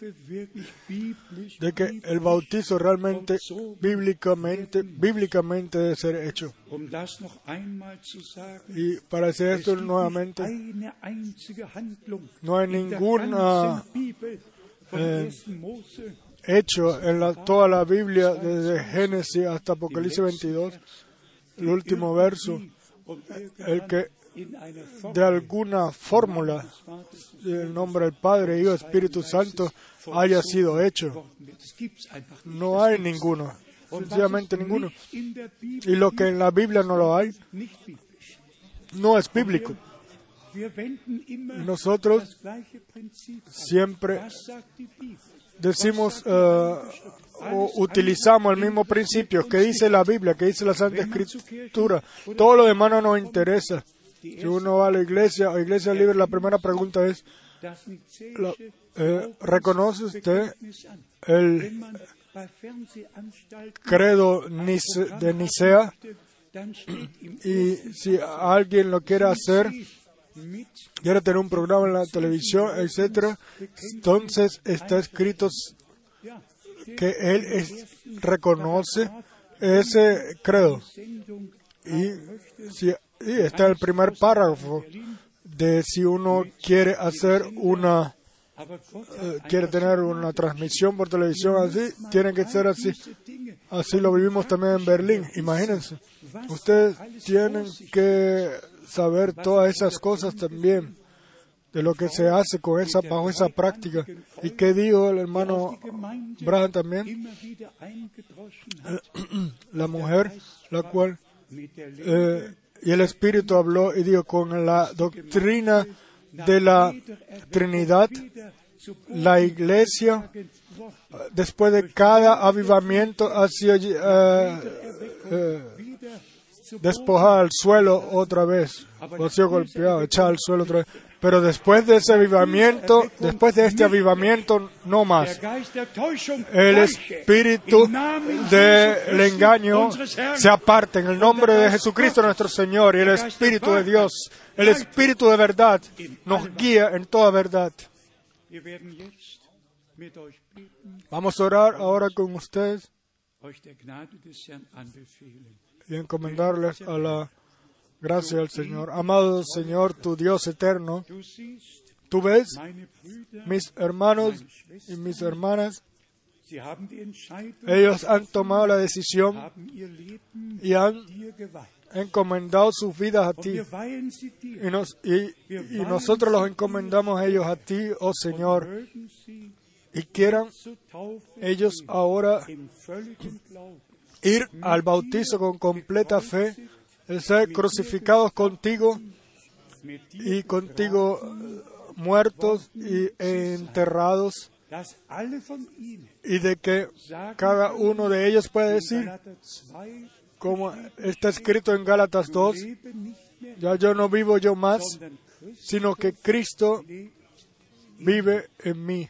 de que el bautizo realmente, bíblicamente, bíblicamente debe ser hecho. Y para decir esto nuevamente, no hay ninguna eh, hecho en la, toda la Biblia, desde Génesis hasta Apocalipsis veintidós, el último verso, el que de alguna fórmula el nombre del Padre, Hijo, Espíritu Santo haya sido hecho. No hay ninguno, sencillamente ninguno. Y lo que en la Biblia no lo hay, no es bíblico. Nosotros siempre decimos uh, o utilizamos el mismo principio que dice la Biblia, que dice la Santa Escritura. Todo lo demás no nos interesa. Si uno va a la iglesia, a Iglesia Libre, la primera pregunta es, la, eh, ¿reconoce usted el credo de Nicea? Y si alguien lo quiere hacer, quiere tener un programa en la televisión, etcétera, entonces está escrito que él es, reconoce ese credo. Y, si, y está el primer párrafo de si uno quiere hacer una, eh, quiere tener una transmisión por televisión así, tiene que ser así. Así lo vivimos también en Berlín. Imagínense, ustedes tienen que saber todas esas cosas también, de lo que se hace con esa, bajo esa práctica. ¿Y qué dijo el hermano Branham también? La mujer, la cual, eh, y el Espíritu habló y dijo, con la doctrina de la Trinidad, la Iglesia, después de cada avivamiento, ha sido uh, uh, despojada al suelo otra vez, o ha sido golpeada, echada al suelo otra vez. Pero después de ese avivamiento, después de este avivamiento, no más. El espíritu del engaño se aparta en el nombre de Jesucristo nuestro Señor, y el Espíritu de Dios, el Espíritu de verdad, nos guía en toda verdad. Vamos a orar ahora con ustedes y encomendarles a la gracia del Señor. Amado Señor, tu Dios eterno, tú ves mis hermanos y mis hermanas. Ellos han tomado la decisión y han encomendado sus vidas a ti. Y, nos, y, y nosotros los encomendamos a ellos a ti, oh Señor. Y quieran ellos ahora ir al bautizo con completa fe, el ser crucificados contigo y contigo muertos y enterrados, y de que cada uno de ellos puede decir, como está escrito en Gálatas dos, ya yo no vivo yo más, sino que Cristo vive en mí.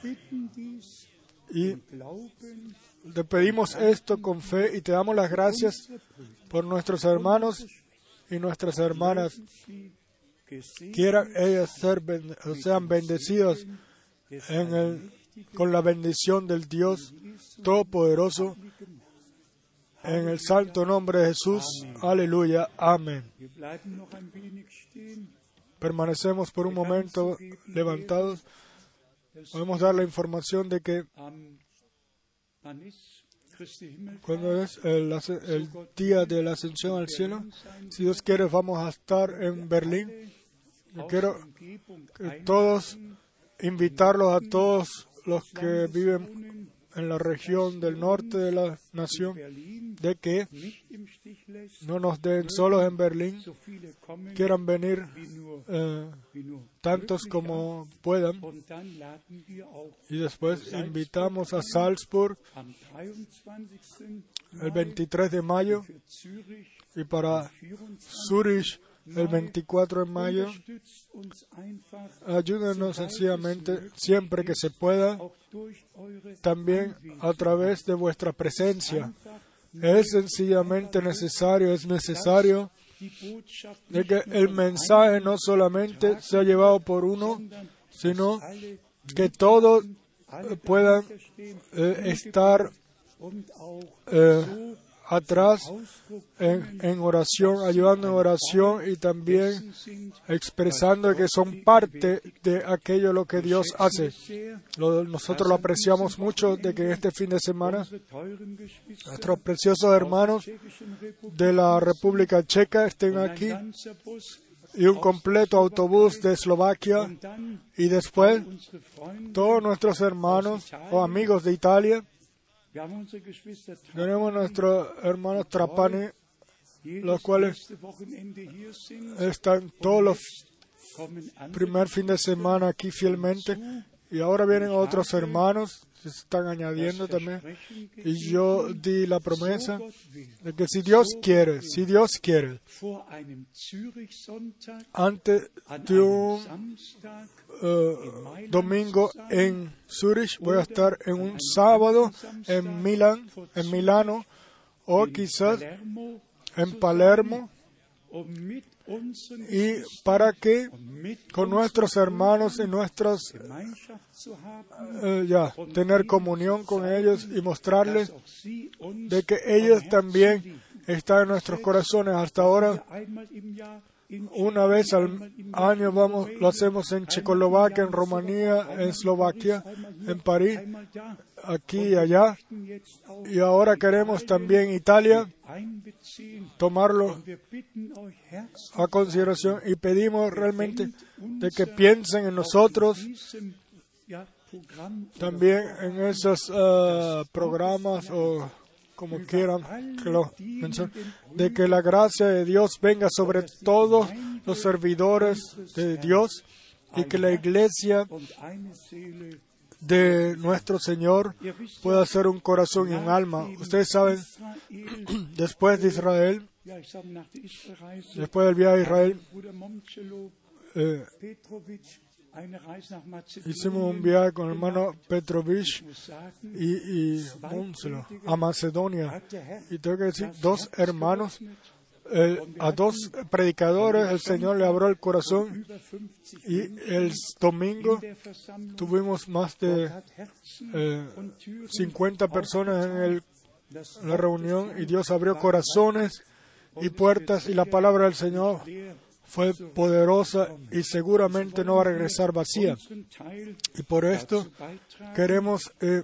Y te pedimos esto con fe y te damos las gracias por nuestros hermanos y nuestras hermanas. Quieran ellas ser, sean bendecidos en el, con la bendición del Dios Todopoderoso, en el santo nombre de Jesús. Aleluya. Amén. Permanecemos por un momento levantados. Podemos dar la información de que cuando es el, el día de la ascensión al cielo, si Dios quiere, vamos a estar en Berlín. Yo quiero que todos, invitarlos a todos los que viven en la región del norte de la nación, de que no nos den solos en Berlín, quieran venir eh, tantos como puedan. Y después invitamos a Salzburg el veintitrés de mayo y para Zurich el veinticuatro de mayo. Ayúdenos sencillamente siempre que se pueda, también a través de vuestra presencia. Es sencillamente necesario, es necesario de que el mensaje no solamente sea llevado por uno, sino que todos puedan eh, estar eh, atrás en, en oración, ayudando en oración y también expresando que son parte de aquello lo que Dios hace. Lo, nosotros lo apreciamos mucho de que este fin de semana nuestros preciosos hermanos de la República Checa estén aquí y un completo autobús de Eslovaquia y después todos nuestros hermanos o amigos de Italia. Tenemos nuestros hermanos Trapani, los cuales están todos los primer fin de semana aquí fielmente, y ahora vienen otros hermanos que se están añadiendo también. Y yo di la promesa de que si Dios quiere, si Dios quiere, antes de un uh, domingo en Zurich, voy a estar en un sábado en Milán, en Milano, o quizás en Palermo, y para que con nuestros hermanos y nuestros eh, ya tener comunión con ellos y mostrarles de que ellos también están en nuestros corazones. Hasta ahora, una vez al año vamos, lo hacemos en Checoslovaquia, en Rumanía, en Eslovaquia, en París, aquí y allá, y ahora queremos también Italia tomarlo a consideración, y pedimos realmente de que piensen en nosotros también en esos uh, programas o como quieran que lo mencionen, de que la gracia de Dios venga sobre todos los servidores de Dios y que la iglesia de nuestro Señor pueda ser un corazón y un alma. Ustedes saben, después de Israel, después del viaje a Israel, eh, hicimos un viaje con el hermano Petrovich y, y Monzelo a Macedonia. Y tengo que decir, dos hermanos, eh, a dos predicadores, el Señor le abrió el corazón, y el domingo tuvimos más de eh, cincuenta personas en, el, en la reunión, y Dios abrió corazones y puertas, y la palabra del Señor fue poderosa y seguramente no va a regresar vacía. Y por esto queremos eh,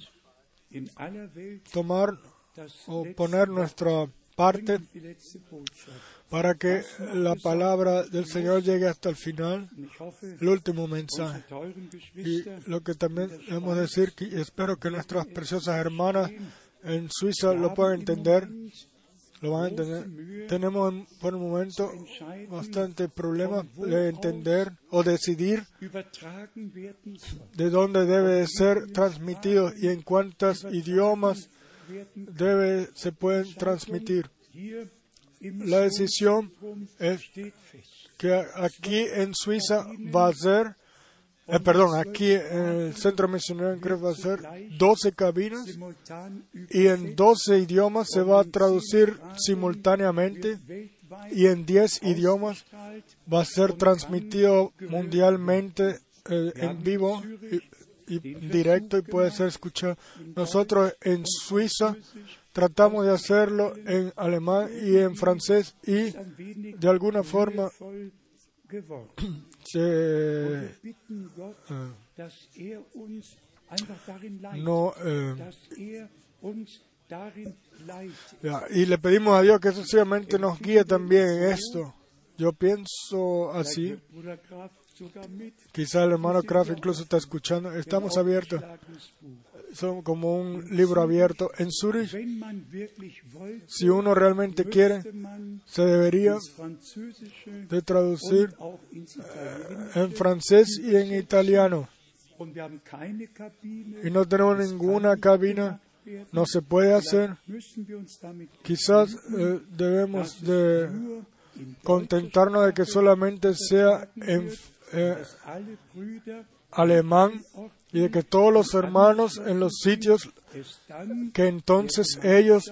tomar o poner nuestra parte para que la palabra del Señor llegue hasta el final, el último mensaje. Y lo que también debemos decir, que espero que nuestras preciosas hermanas en Suiza lo puedan entender, lo van a entender. Tenemos por el momento bastante problemas de entender o decidir de dónde debe ser transmitido y en cuántos idiomas debe, se pueden transmitir. La decisión es que aquí en Suiza va a ser, eh, perdón, aquí en el Centro Misionero creo que va a ser doce cabinas, y en doce idiomas se va a traducir simultáneamente, y en diez idiomas va a ser transmitido mundialmente eh, en vivo y, y directo, y puede ser escuchado. Nosotros en Suiza tratamos de hacerlo en alemán y en francés, y de alguna forma se, eh, no eh, ya, y le pedimos a Dios que sencillamente nos guíe también en esto. Yo pienso así. Quizá el hermano Kraft incluso está escuchando. Estamos abiertos. son como un libro abierto. En Zurich, si uno realmente quiere, se debería de traducir en francés y en italiano. Y no tenemos ninguna cabina, no se puede hacer. Quizás eh, debemos de contentarnos de que solamente sea en eh, alemán y de que todos los hermanos en los sitios que entonces ellos,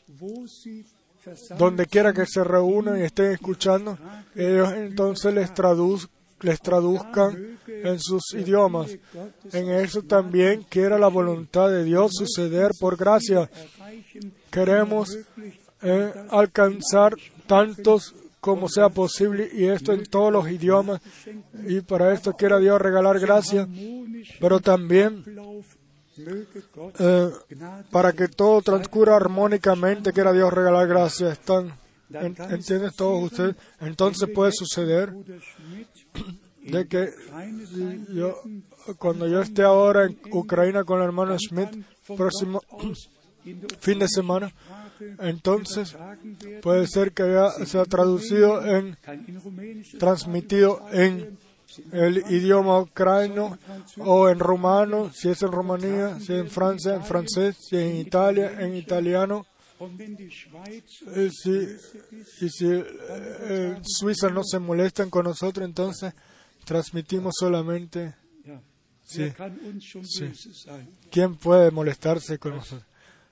donde quiera que se reúnan y estén escuchando, ellos entonces les traduzcan les traduzcan en sus idiomas. En eso también quiera la voluntad de Dios suceder por gracia. Queremos eh, alcanzar tantos como sea posible, y esto en todos los idiomas, y para esto quiera Dios regalar gracia, pero también eh, para que todo transcurra armónicamente, quiera Dios regalar gracia. ¿Están, en, ¿Entienden todos ustedes? Entonces puede suceder de que yo, cuando yo esté ahora en Ucrania con el hermano Schmidt, próximo fin de semana, entonces puede ser que ya sea traducido en, transmitido en el idioma ucraniano o en rumano, si es en Rumanía, si es en Francia, en francés, si es en Italia, en italiano. Y si, y si eh, Suiza no se molestan con nosotros, entonces transmitimos solamente. Sí, sí. ¿Quién puede molestarse con nosotros?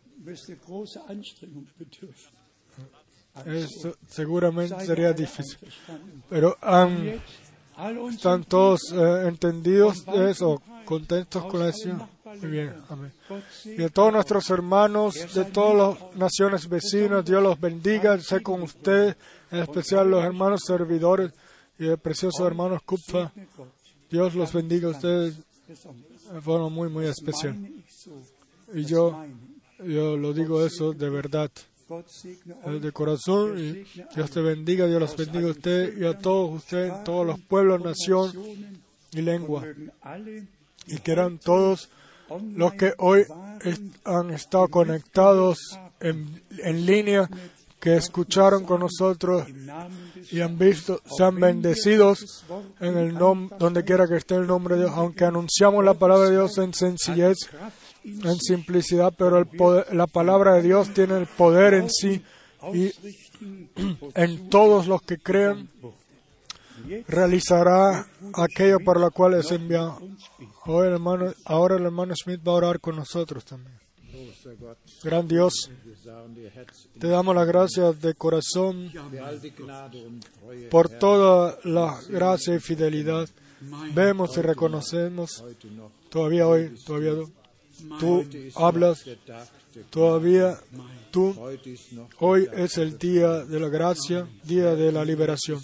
Eso seguramente sería difícil. Pero um, ¿están todos eh, entendidos de eso? ¿Contentos con la decisión? Muy bien, amén. Y de todos nuestros hermanos, de todas las naciones vecinas, Dios los bendiga, sé con ustedes, en especial los hermanos servidores y el precioso hermano Kupfer. Dios los bendiga a ustedes de forma muy, muy especial. Y yo, yo lo digo eso de verdad, de corazón. Y Dios te bendiga, Dios los bendiga a ustedes y a todos ustedes, todos los pueblos, nación y lengua. Y que eran todos los que hoy est- han estado conectados en, en línea, que escucharon con nosotros y han visto, sean bendecidos en el nombre, donde quiera que esté el nombre de Dios, aunque anunciamos la palabra de Dios en sencillez, en simplicidad, pero el poder, la palabra de Dios tiene el poder en sí, y en todos los que crean realizará aquello para lo cual es enviado. Hoy el hermano, ahora el hermano Schmidt va a orar con nosotros también. Gran Dios, te damos las gracias de corazón por toda la gracia y fidelidad. Vemos y reconocemos todavía hoy, todavía tú hablas, todavía tú, hoy es el día de la gracia, día de la liberación.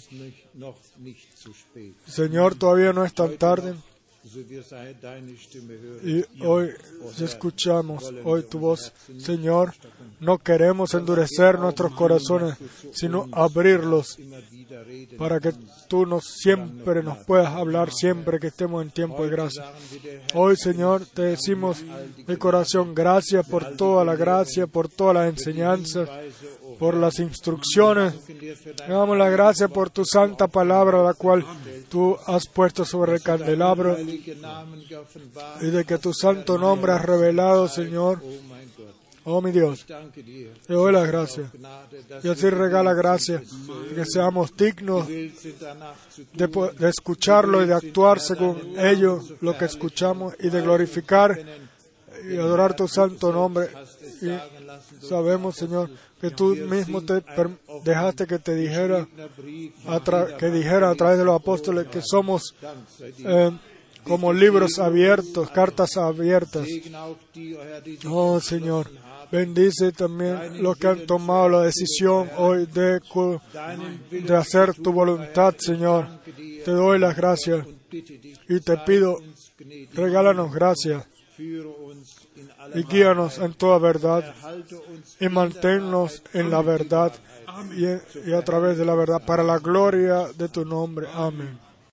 Señor, todavía no es tan tarde. Y hoy escuchamos hoy tu voz, Señor. No queremos endurecer nuestros corazones, sino abrirlos para que tú nos siempre nos puedas hablar, siempre que estemos en tiempo de gracia. Hoy, Señor, te decimos de corazón gracias por toda la gracia, por todas las enseñanzas, por las instrucciones. Te damos la gracia por tu santa palabra, la cual tú has puesto sobre el candelabro, y de que tu santo nombre has revelado, Señor. Oh, mi Dios, te doy las gracias. Y así regala gracia, que seamos dignos de, de escucharlo y de actuar según ello, lo que escuchamos, y de glorificar y adorar tu santo nombre. Y sabemos, Señor, que tú mismo te dejaste que te dijera, a tra- que dijera a través de los apóstoles que somos eh, como libros abiertos, cartas abiertas. Oh, Señor, bendice también los que han tomado la decisión hoy de, de hacer tu voluntad, Señor. Te doy las gracias y te pido, regálanos gracias y guíanos en toda verdad y manténnos en la verdad y, y a través de la verdad, para la gloria de tu nombre. Amén.